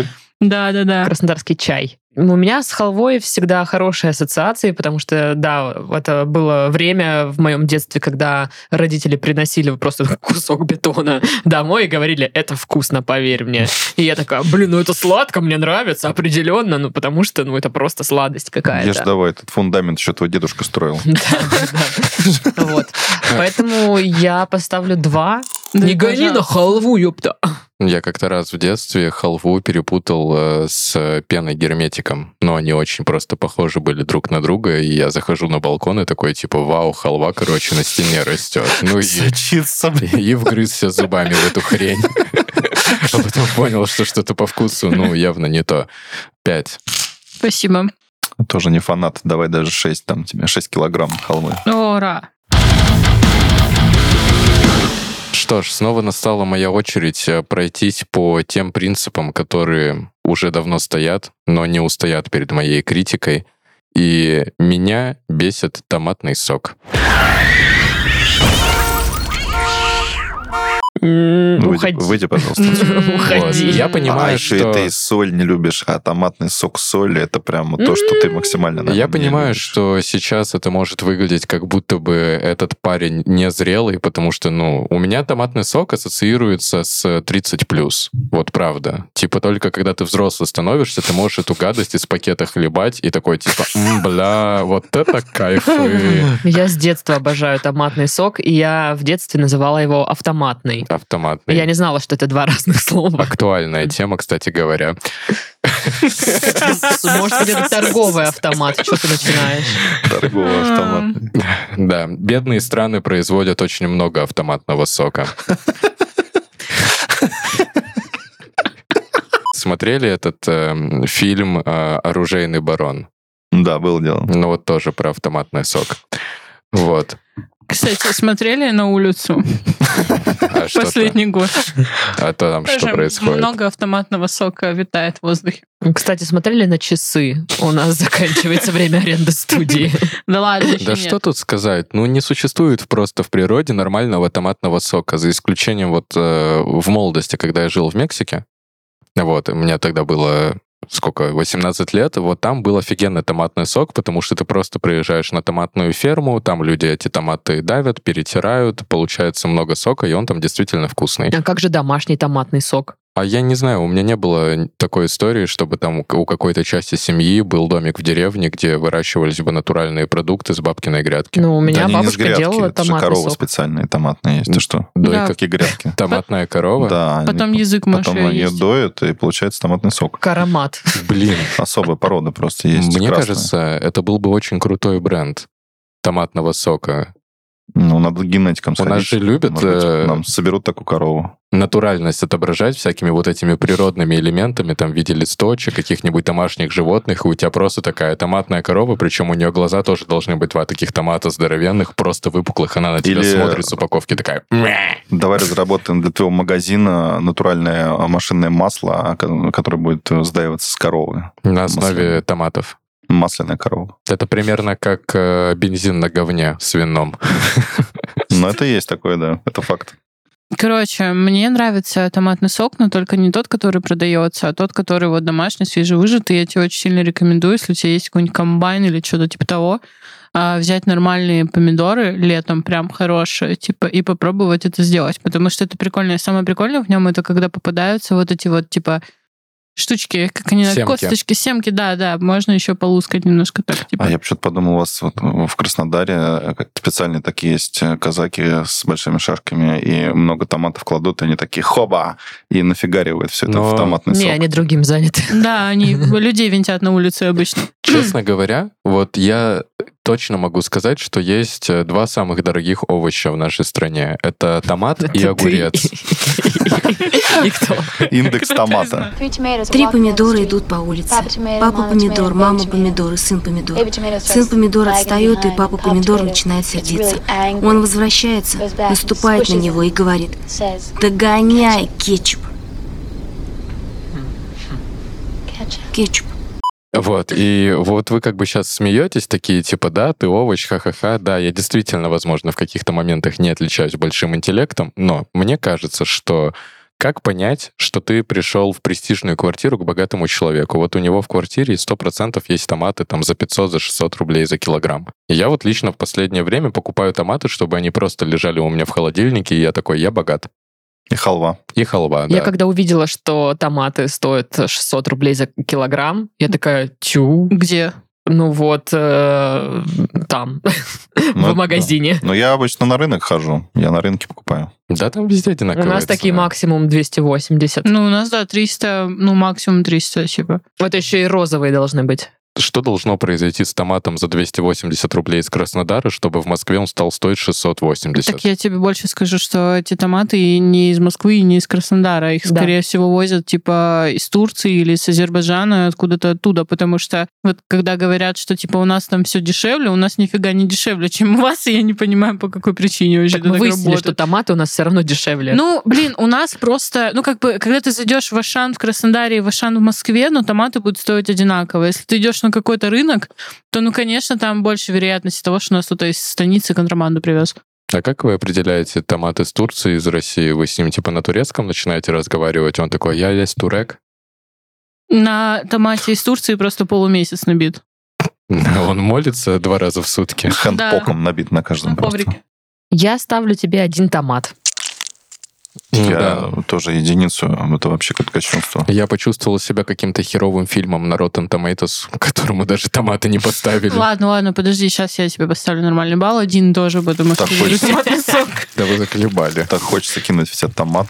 Да-да-да. Краснодарский чай. У меня с халвой всегда хорошие ассоциации, потому что, да, это было время в моем детстве, когда родители приносили просто кусок бетона домой и говорили, это вкусно, поверь мне. И я такая, блин, ну это сладко, мне нравится, определенно, ну потому что, ну это просто сладость какая-то. Я ж давай, этот фундамент еще твой дедушка строил. Да-да-да. Вот. Поэтому я поставлю два. Не гони на халву, ёпта. Я как-то раз в детстве халву перепутал э, с пеной-герметиком, но они очень просто похожи были друг на друга, и я захожу на балкон и такой, типа, вау, халва, короче, на стене растет. Ну и, и вгрызся зубами в эту хрень. А потом понял, что что-то по вкусу, ну, явно не то. Пять. Спасибо. Тоже не фанат, давай даже шесть, там тебе шесть килограмм халвы. Ура! Что ж, снова настала моя очередь пройтись по тем принципам, которые уже давно стоят, но не устоят перед моей критикой. И меня бесит томатный сок. Выйди, выйди, пожалуйста. Уходи. Я понимаю, а еще что... и ты соль не любишь, а томатный сок с солью — это прямо то, что ты максимально, наверное, Я не понимаю, любишь. что сейчас это может выглядеть, как будто бы этот парень незрелый, потому что, ну, у меня томатный сок ассоциируется с тридцать плюс. Вот правда. Типа только когда ты взрослый становишься, ты можешь эту гадость из пакета хлебать и такой, типа, «М, бля, вот это кайфы. Я с детства обожаю томатный сок, и я в детстве называла его автоматный. Автоматный. Я не знала, что это два разных слова. Актуальная тема, кстати говоря. Может быть, это торговый автомат. Что ты начинаешь? Торговый автомат. Да, бедные страны производят очень много автоматного сока. Смотрели этот э, фильм э, «Оружейный барон»? Да, было дело. Ну вот тоже про автоматный сок. Вот. Кстати, смотрели на улицу А что последний год? А то там что Тоже происходит? много автоматного сока витает в воздухе. Кстати, смотрели на часы? У нас заканчивается время аренды студии. Да ладно, еще Да нет. что тут сказать? Ну, не существует просто в природе нормального томатного сока, за исключением вот э, в молодости, когда я жил в Мексике. Вот, у меня тогда было... сколько, восемнадцать лет, вот там был офигенный томатный сок, потому что ты просто приезжаешь на томатную ферму, там люди эти томаты давят, перетирают, получается много сока, и он там действительно вкусный. А как же домашний томатный сок? А я не знаю, у меня не было такой истории, чтобы там у какой-то части семьи был домик в деревне, где выращивались бы натуральные продукты с бабкиной грядки. Ну, у меня Да они не с бабушка грядки, делала это же томатный коровы сок. специальные томатные есть. Ты что? Да. Какие грядки? Томатная корова? Да. они Потом по- язык можешь Потом её ее есть. доят, и получается томатный сок. Карамат. Блин, Особая порода просто есть. мне красная. кажется, это был бы очень крутой бренд томатного сока. Ну, надо генетикам У нас сходить. же любят Может быть, э, нам соберут такую корову. натуральность отображать всякими вот этими природными элементами, там, в виде листочек, каких-нибудь домашних животных, и у тебя просто такая томатная корова, причем у нее глаза тоже должны быть два таких томата здоровенных, просто выпуклых, она на тебя Или- смотрит с упаковки такая... Давай разработаем для твоего магазина натуральное машинное масло, ко- которое будет сдаиваться с коровы. На основе Масляное. томатов. Масляная корова. Это примерно как э, бензин на говне свином. Но это есть такое, да. Это факт. Короче, мне нравится томатный сок, но только не тот, который продается, а тот, который вот домашний, свежевыжатый. Я тебе очень сильно рекомендую, если у тебя есть какой-нибудь комбайн или что-то типа того, а, взять нормальные помидоры летом, прям хорошие, типа, и попробовать это сделать. Потому что это прикольно. Самое прикольное в нем это когда попадаются вот эти вот, типа, штучки, как они, Семки. косточки, семки, да, да, можно еще полускать немножко так, типа. А я почему-то подумал, у вас вот в Краснодаре специальные такие есть казаки с большими шашками, и много томатов кладут, и они такие хоба, и нафигаривают все это Но- в томатный Не, сок. они другим заняты. Да, они людей винтят на улице обычно. Честно говоря, вот я точно могу сказать, что есть э, два самых дорогих овоща в нашей стране. Это томат и Это огурец. ты. И кто? Индекс томата. Три помидора идут по улице. Папа помидор, мама помидор и сын помидор. Сын помидор отстает, и папа помидор начинает сердиться. Он возвращается, наступает на него и говорит: «Догоняй, кетчуп». Кетчуп. Вот, и вот вы как бы сейчас смеетесь, такие, типа, да, ты овощ, ха-ха-ха, да, я действительно, возможно, в каких-то моментах не отличаюсь большим интеллектом, но мне кажется, что Как понять, что ты пришел в престижную квартиру к богатому человеку? Вот у него в квартире сто процентов есть томаты там за пятьсот, за шестьсот рублей за килограмм. И я вот лично в последнее время покупаю томаты, чтобы они просто лежали у меня в холодильнике, и я такой, я богат. И халва. И халва, да. Я когда увидела, что томаты стоят шестьсот рублей за килограмм, я такая, чу. Где? Ну вот, э, там, Ну, в магазине. Но я обычно на рынок хожу. Я на рынке покупаю. Да, там везде У одинаковые нас такие цены. максимум двести восемьдесят. Ну, у нас, да, триста, ну, максимум триста, типа. Это еще и розовые должны быть. Что должно произойти с томатом за двести восемьдесят рублей из Краснодара, чтобы в Москве он стал стоить шестьсот восемьдесят? Так я тебе больше скажу, что эти томаты не из Москвы и не из Краснодара. Их, Да. скорее всего, возят типа из Турции или из Азербайджана, откуда-то оттуда, потому что вот когда говорят, что типа у нас там все дешевле, у нас нифига не дешевле, чем у вас, и я не понимаю, по какой причине вообще Так это мы так выяснили, работает. что томаты у нас все равно дешевле. Ну, блин, у нас просто, ну, как бы, когда ты зайдешь в Ашан в Краснодаре и в Ашан в Москве, ну, томаты будут стоить одинаково. Если ты идешь на какой-то рынок, то, ну, конечно, там больше вероятности того, что у нас кто-то из станицы контрабанду привез. А как вы определяете томат из Турции, из России? Вы с ним типа на турецком начинаете разговаривать? Он такой, я есть турек? На томате из Турции просто полумесяц набит. Он молится два раза в сутки. Хэндпоком набит на каждом На просто. коврике. Я ставлю тебе один томат. Ну Я да. тоже единицу. Это вообще какое-то кощунство. Я почувствовал себя каким-то херовым фильмом на Rotten Tomatoes, которому даже томаты не поставили. Ладно, ладно, подожди, сейчас я тебе поставлю нормальный балл. Один тоже, потому что Так ты хочется. любишь томатный сок. Да вы заколебали. Так хочется кинуть в тебя томат.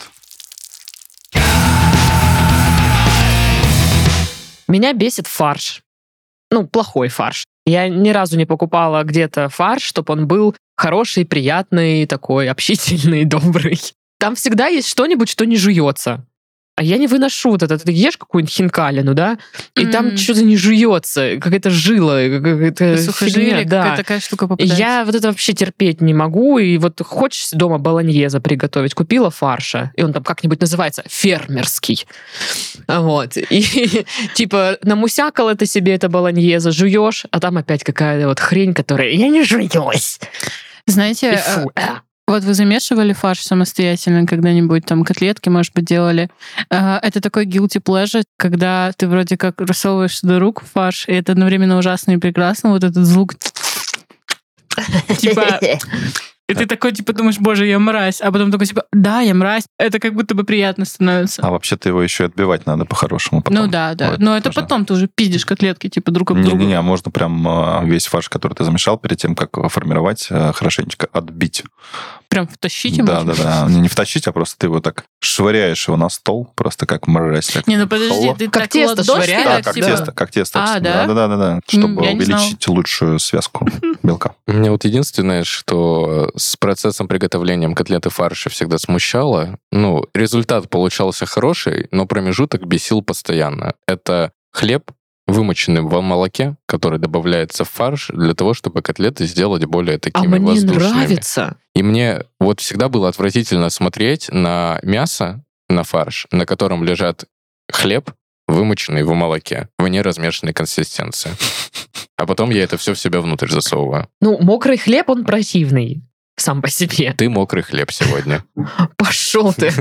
Меня бесит фарш. Ну, плохой фарш. Я ни разу не покупала где-то фарш, чтобы он был хороший, приятный, такой общительный, добрый. Там всегда есть что-нибудь, что не жуется. А я не выношу вот это. Ты ешь какую-нибудь хинкалину, да? И там М. что-то не жуется. Какая-то жила, какая-то Сухожилие, фигня, да. какая-то такая штука попадается. Я вот это вообще терпеть не могу. И вот хочешь дома болоньеза приготовить, купила фарша, и он там как-нибудь называется фермерский. Вот. И типа намусякал это себе, это болоньеза, жуешь, а там опять какая-то вот хрень, которая «я не жуюсь». Знаете, И фу, э, э. вот вы замешивали фарш самостоятельно когда-нибудь, там котлетки, может быть, делали. Э, Это такой guilty pleasure, когда ты вроде как рассовываешь туда руку в фарш, и это одновременно ужасно и прекрасно, вот этот звук. Типа... И ты такой, типа, думаешь, боже, я мразь. А потом такой, типа, да, я мразь. Это как будто бы приятно становится. А вообще-то его еще и отбивать надо по-хорошему потом. Ну да, да. Вот, Но это тоже. потом ты уже пиздишь котлетки, типа, друг об друга. Не-не-не, можно прям э, весь фарш, который ты замешал, перед тем, как формировать, э, хорошенечко отбить. Прям втащить его. Да, да, да. Не, не втащить, а просто ты его так швыряешь его на стол, просто как мразь. Так. Не, ну подожди, Халва. ты Как так тесто ладошкой швыряешь? Да, так, как типа- тесто, как тесто. А, да? Да, да, да, да. Чтобы я не знала. увеличить лучшую связку белка. Мне вот единственное, что с процессом приготовления котлеты фарша всегда смущало. Ну, результат получался хороший, но промежуток бесил постоянно. Это хлеб, вымоченный в молоке, который добавляется в фарш для того, чтобы котлеты сделать более А такими мне воздушными. нравится. И мне вот всегда было отвратительно смотреть на мясо, на фарш, на котором лежат хлеб, вымоченный в молоке, в неразмешанной консистенции. А потом я это все в себя внутрь засовываю. Ну, мокрый хлеб, он противный сам по себе. Ты мокрый хлеб сегодня. Пошел ты.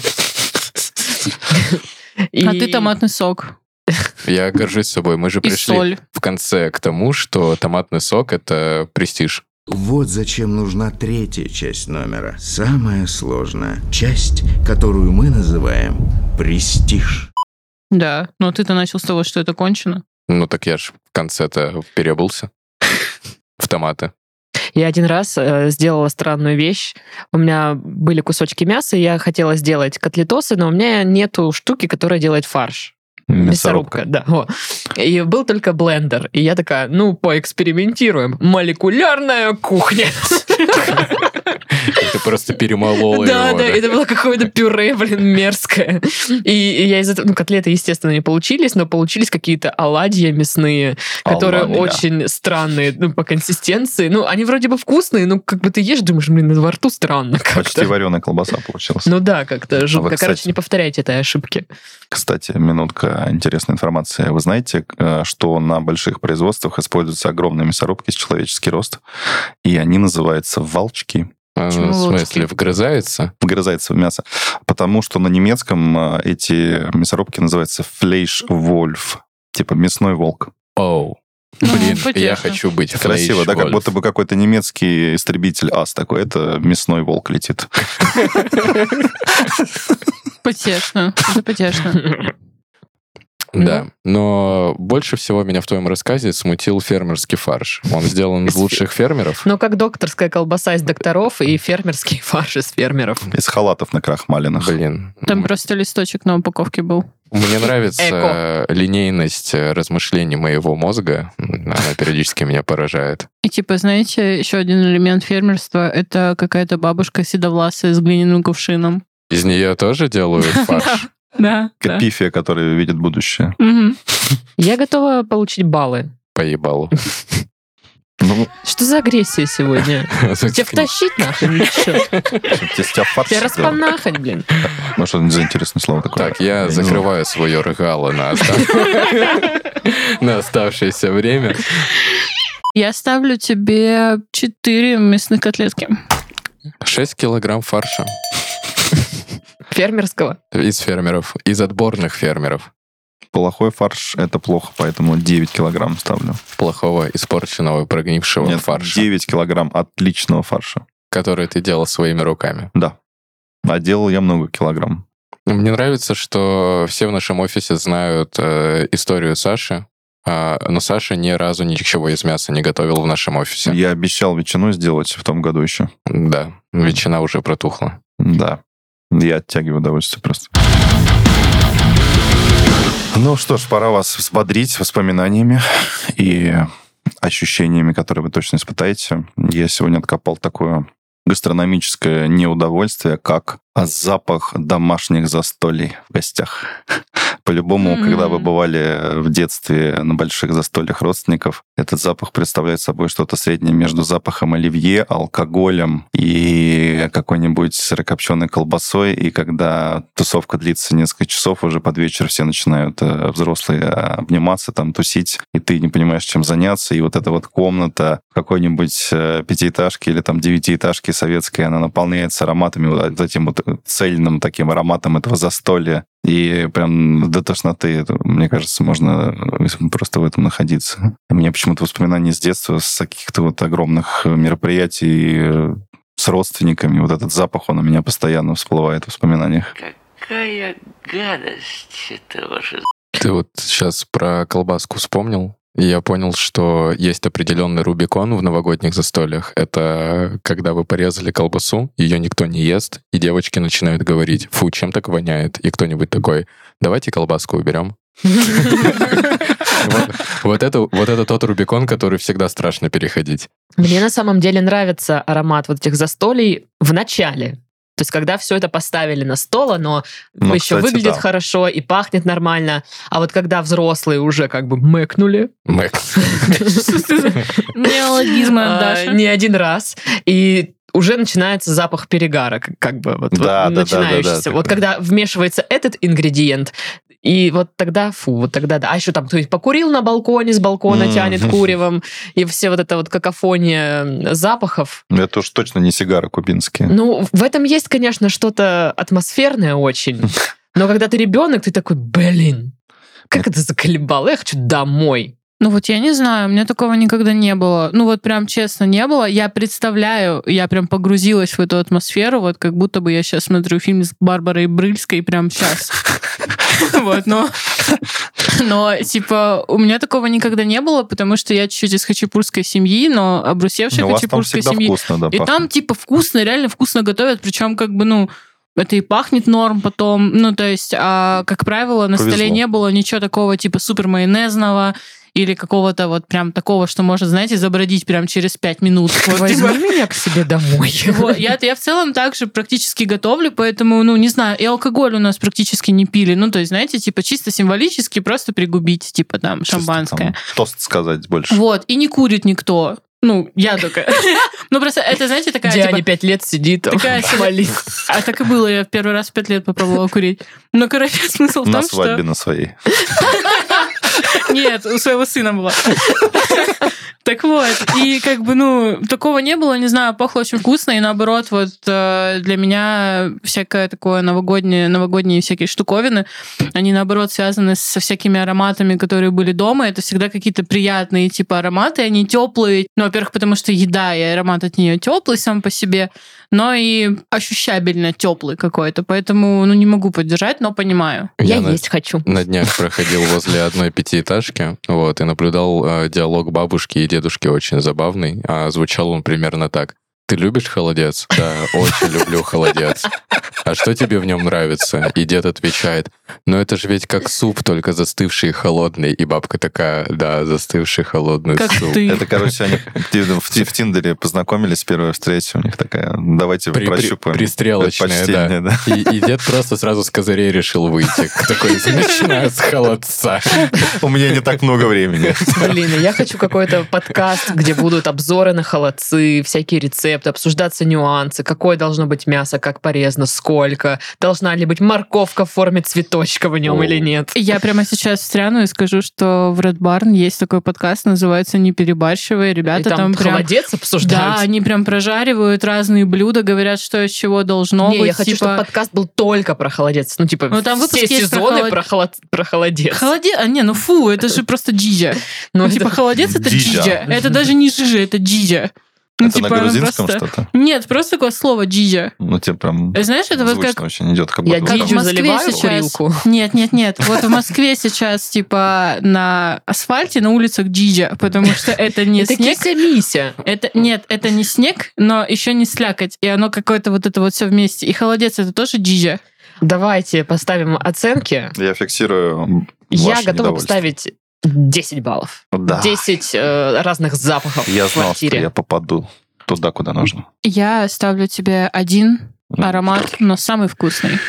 А И- ты томатный сок. Я горжусь собой. Мы же И пришли соль. в конце к тому, что томатный сок — это престиж. Вот зачем нужна третья часть номера. Самая сложная. Часть, которую мы называем престиж. Да, но ты-то начал с того, что это кончено. Ну так я ж в конце-то переобулся в томаты. Я один раз э, сделала странную вещь. У меня были кусочки мяса, и я хотела сделать котлетосы, но у меня нету штуки, которая делает фарш. Мясорубка, да. Во. И был только блендер. И я такая, ну, поэкспериментируем. Молекулярная кухня. Ты просто перемолола Да, его. да, это было какое-то пюре, блин, мерзкое. И я из этого, ну, котлеты, естественно, не получились, но получились какие-то оладьи мясные, которые Оладьи. очень странные, ну, по консистенции. Ну, они вроде бы вкусные, но как бы ты ешь, думаешь, блин, во рту странно Почти как-то. вареная колбаса получилась. Ну да, как-то жутко. вы, Короче, кстати- не повторяйте этой ошибки. Кстати, минутка интересной информации. Вы знаете, э, что на больших производствах используются огромные мясорубки с человеческий рост, и они называются волчки. В смысле, вгрызается? Вгрызается в мясо. Потому что на немецком эти мясорубки называются Fleischwolf, типа мясной волк. Оу. Блин, ну, я хочу быть красиво, да, как будто бы какой-то немецкий истребитель ас такой. Это мясной волк летит. Потешно. Это потешно. Да, но больше всего меня в твоем рассказе смутил фермерский фарш. Он сделан из лучших фермеров. Ну, как докторская колбаса из докторов и фермерский фарш из фермеров. Из халатов накрахмаленных. Блин. Там просто листочек на упаковке был. Мне нравится Эко. линейность размышлений моего мозга. Она периодически меня поражает. И типа, знаете, еще один элемент фермерства — это какая-то бабушка седовласая с глиняным кувшином. Из нее тоже делают фарш? Да. Капифия, которая видит будущее. Я готова получить баллы. Поебалу. Ну, что за агрессия сегодня? Тебя втащить нахрен? Тебя распанахать, блин. Ну, что за интересное слово такое? Так, я закрываю свое рыгало на оставшееся время. Я ставлю тебе четыре мясных котлетки. шесть килограмм фарша. Фермерского? Из фермеров. Из отборных фермеров. Плохой фарш — это плохо, поэтому девять килограмм ставлю. Плохого, испорченного, прогнившего Нет, фарша. девять килограмм отличного фарша. Который ты делал своими руками. Да. А делал я много килограмм. Мне нравится, что все в нашем офисе знают э, историю Саши, э, но Саша ни разу ничего из мяса не готовил в нашем офисе. Я обещал ветчину сделать в том году еще. Да, ветчина уже протухла. Да. Я оттягиваю удовольствие просто. Ну что ж, пора вас взбодрить воспоминаниями и ощущениями, которые вы точно испытаете. Я сегодня откопал такое гастрономическое неудовольствие, как запах домашних застолий в гостях. По-любому, mm-hmm. когда вы бывали в детстве на больших застольях родственников, этот запах представляет собой что-то среднее между запахом оливье, алкоголем и какой-нибудь сырокопченой колбасой. И когда тусовка длится несколько часов, уже под вечер все начинают взрослые обниматься, там тусить, и ты не понимаешь, чем заняться. И вот эта вот комната какой-нибудь пятиэтажки или там девятиэтажки советской, она наполняется ароматами, вот этим вот цельным таким ароматом этого застолья. И прям до тошноты, мне кажется, можно просто в этом находиться. У меня почему-то воспоминания с детства, с каких-то вот огромных мероприятий с родственниками. Вот этот запах, он у меня постоянно всплывает в воспоминаниях. Какая гадость это ваша... Ты вот сейчас про колбаску вспомнил? И я понял, что есть определенный рубикон в новогодних застольях. Это когда вы порезали колбасу, ее никто не ест, и девочки начинают говорить: фу, чем так воняет? И кто-нибудь такой: давайте колбаску уберем. Вот это вот это тот рубикон, который всегда страшно переходить. Мне на самом деле нравится аромат вот этих застолий в начале. То есть, когда все это поставили на стол, оно ну, еще кстати, выглядит да. хорошо и пахнет нормально. А вот когда взрослые уже как бы мэкнули... Мэк. Неологизм от Даши. Не один раз. И уже начинается запах перегара, как бы вот, да, вот да, начинающийся. Да, да, вот когда вмешивается этот ингредиент, и вот тогда, фу, вот тогда, да. А еще там кто-нибудь покурил на балконе, с балкона mm-hmm. тянет куревом, и все вот это вот какофония запахов. Это уж точно не сигары кубинские. Ну, в этом есть, конечно, что-то атмосферное очень. Но когда ты ребенок, ты такой: блин, как это заколебало, я хочу домой. Ну вот я не знаю, у меня такого никогда не было. Ну вот прям честно не было. Я представляю, я прям погрузилась в эту атмосферу, вот как будто бы я сейчас смотрю фильм с Барбарой Брыльской прям сейчас. Вот, но... Но, типа, у меня такого никогда не было, потому что я чуть-чуть из хачапурской семьи, но обрусевшей хачапурской семьи. И там, типа, вкусно, реально вкусно готовят, причем как бы, ну... Это и пахнет норм потом. Ну, то есть, а, как правило, на Повезло. столе не было ничего такого, типа, супер майонезного или какого-то вот прям такого, что может, знаете, забродить прям через пять минут. Вот, возьми типа... меня к себе домой. Вот, я, я в целом также практически готовлю, поэтому, ну, не знаю, и алкоголь у нас практически не пили. Ну, то есть, знаете, типа, чисто символически просто пригубить, типа, там, чисто шампанское. Там, тост сказать больше. Вот, и не курит никто. Ну, я такая. Ну, просто это, знаете, такая... Диане пять лет сидит, такая А так и было, я в первый раз в пять лет попробовала курить. Но, короче, смысл в том, что... На свадьбе на своей. Нет, у своего сына была. Так вот, и как бы, ну, такого не было, не знаю, пахло очень вкусно, и наоборот, вот для меня всякое такое новогоднее, новогодние всякие штуковины, они, наоборот, связаны со всякими ароматами, которые были дома, это всегда какие-то приятные типа ароматы, они теплые, ну, во-первых, потому что еда и аромат от нее теплый сам по себе, но и ощущабельно теплый какой-то, поэтому, ну, не могу поддержать, но понимаю. Я, Я есть на, хочу. На днях проходил возле одной пятиэтажки, вот, и наблюдал э, диалог бабушки и дедушки очень забавный, а звучал он примерно так. Ты любишь холодец? Да, очень люблю холодец. А что тебе в нем нравится? И дед отвечает, ну это же ведь как суп, только застывший и холодный. И бабка такая, да, застывший холодный как суп. Ты. Это, короче, они в, в, в Тиндере познакомились, первая встреча у них такая, давайте При, прощупаем. При, пристрелочная, да. да. И, и дед просто сразу с козырей решил выйти. Такой, начиная с холодца. У меня не так много времени. Блин, я хочу какой-то подкаст, где будут обзоры на холодцы, всякие рецепты, обсуждаться нюансы, какое должно быть мясо, как порезано, сколько, должна ли быть морковка в форме цветочка в нем О. или нет. Я прямо сейчас встряну и скажу, что в Red Barn есть такой подкаст, называется «Не перебарщивай». Ребята и там, там прям... холодец обсуждают? Да, они прям прожаривают разные блюда, говорят, что из чего должно Не, быть. я хочу, типа... чтобы подкаст был только про холодец. Ну, типа, ну, там все сезоны про, холод... про холодец. Холодец? А, не, ну фу, это же просто джиджа. Ну, это... типа, холодец — это джиджа. Это даже не жижа, это джиджа. Ну, это типа, на грузинском просто... что-то? Нет, просто такое слово «джиджа». Ну, тебе прям знаешь, это вот как... очень идет, как Я будто... джиджу в Москве заливаю сейчас... курилку? Нет, нет, нет. Вот в Москве сейчас, типа, на асфальте, на улицах джиджа, потому что это не это снег. Это кися-мися. Это, нет, это не снег, но еще не слякоть. И оно какое-то вот это вот все вместе. И холодец — это тоже джиджа. Давайте поставим оценки. Я фиксирую Я готова поставить десять баллов. Да. десять э, разных запахов я в знал, квартире. что я попаду туда, куда нужно. Я ставлю тебе один аромат, но самый вкусный.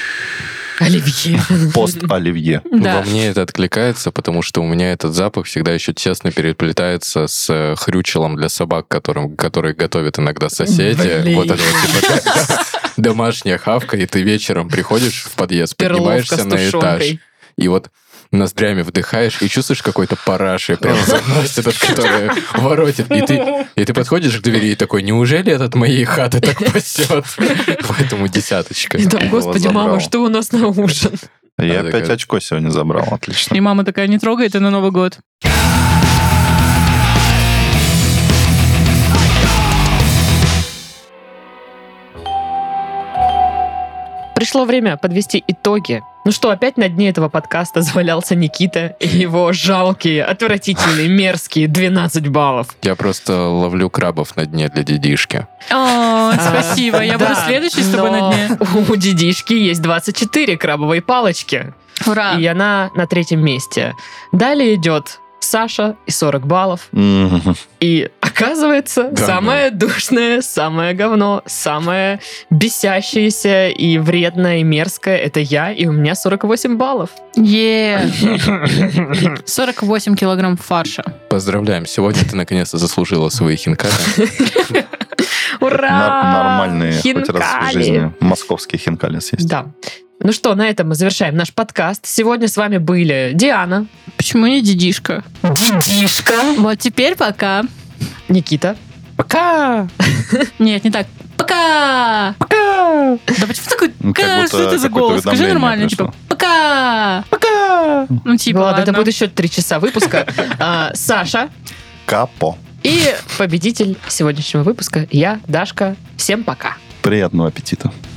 Оливье. Пост-оливье. Да. Во мне это откликается, потому что у меня этот запах всегда еще честно переплетается с хрючелом для собак, которым, который готовят иногда соседи. Блин. Вот это вот типа домашняя хавка, и ты вечером приходишь в подъезд, поднимаешься на этаж, и вот ноздрями вдыхаешь и чувствуешь какой-то параши прям заносит, этот, который воротит. И ты, и ты подходишь к двери и такой, неужели этот моей хаты так пасет? Поэтому десяточка. Да, господи, мама, что у нас на ужин? Я пять очко сегодня забрал, отлично. И мама такая, не трогай, это на Новый год. Пришло время подвести итоги. Ну что, опять на дне этого подкаста завалялся Никита и его жалкие, отвратительные, мерзкие двенадцать баллов. Я просто ловлю крабов на дне для дедишки. О, спасибо, я буду следующей с тобой на дне. У дедишки есть двадцать четыре крабовые палочки. Ура! И она на третьем месте. Далее идет Саша и сорок баллов. Mm-hmm. И оказывается, говно. самое душное, самое говно, самое бесящееся и вредное, и мерзкое — это я, и у меня сорок восемь баллов. Е сорок восемь килограмм фарша. Поздравляем, сегодня ты наконец-то заслужила свои хинкали. Ура! Нормальные хоть раз в жизни московские хинкали съесть. Да. Ну что, на этом мы завершаем наш подкаст. Сегодня с вами были Диана. Почему не дедишка? Дедишка. Вот теперь пока. Никита. Пока. Нет, не так. Пока. Пока. Да почему такой? Ну, как будто что это за голос? Скажи нормально, пришло. Типа пока. Пока. Ну типа. Ладно, ладно. это будет еще три часа выпуска. а, Саша. Капо. И победитель сегодняшнего выпуска я, Дашка. Всем пока. Приятного аппетита.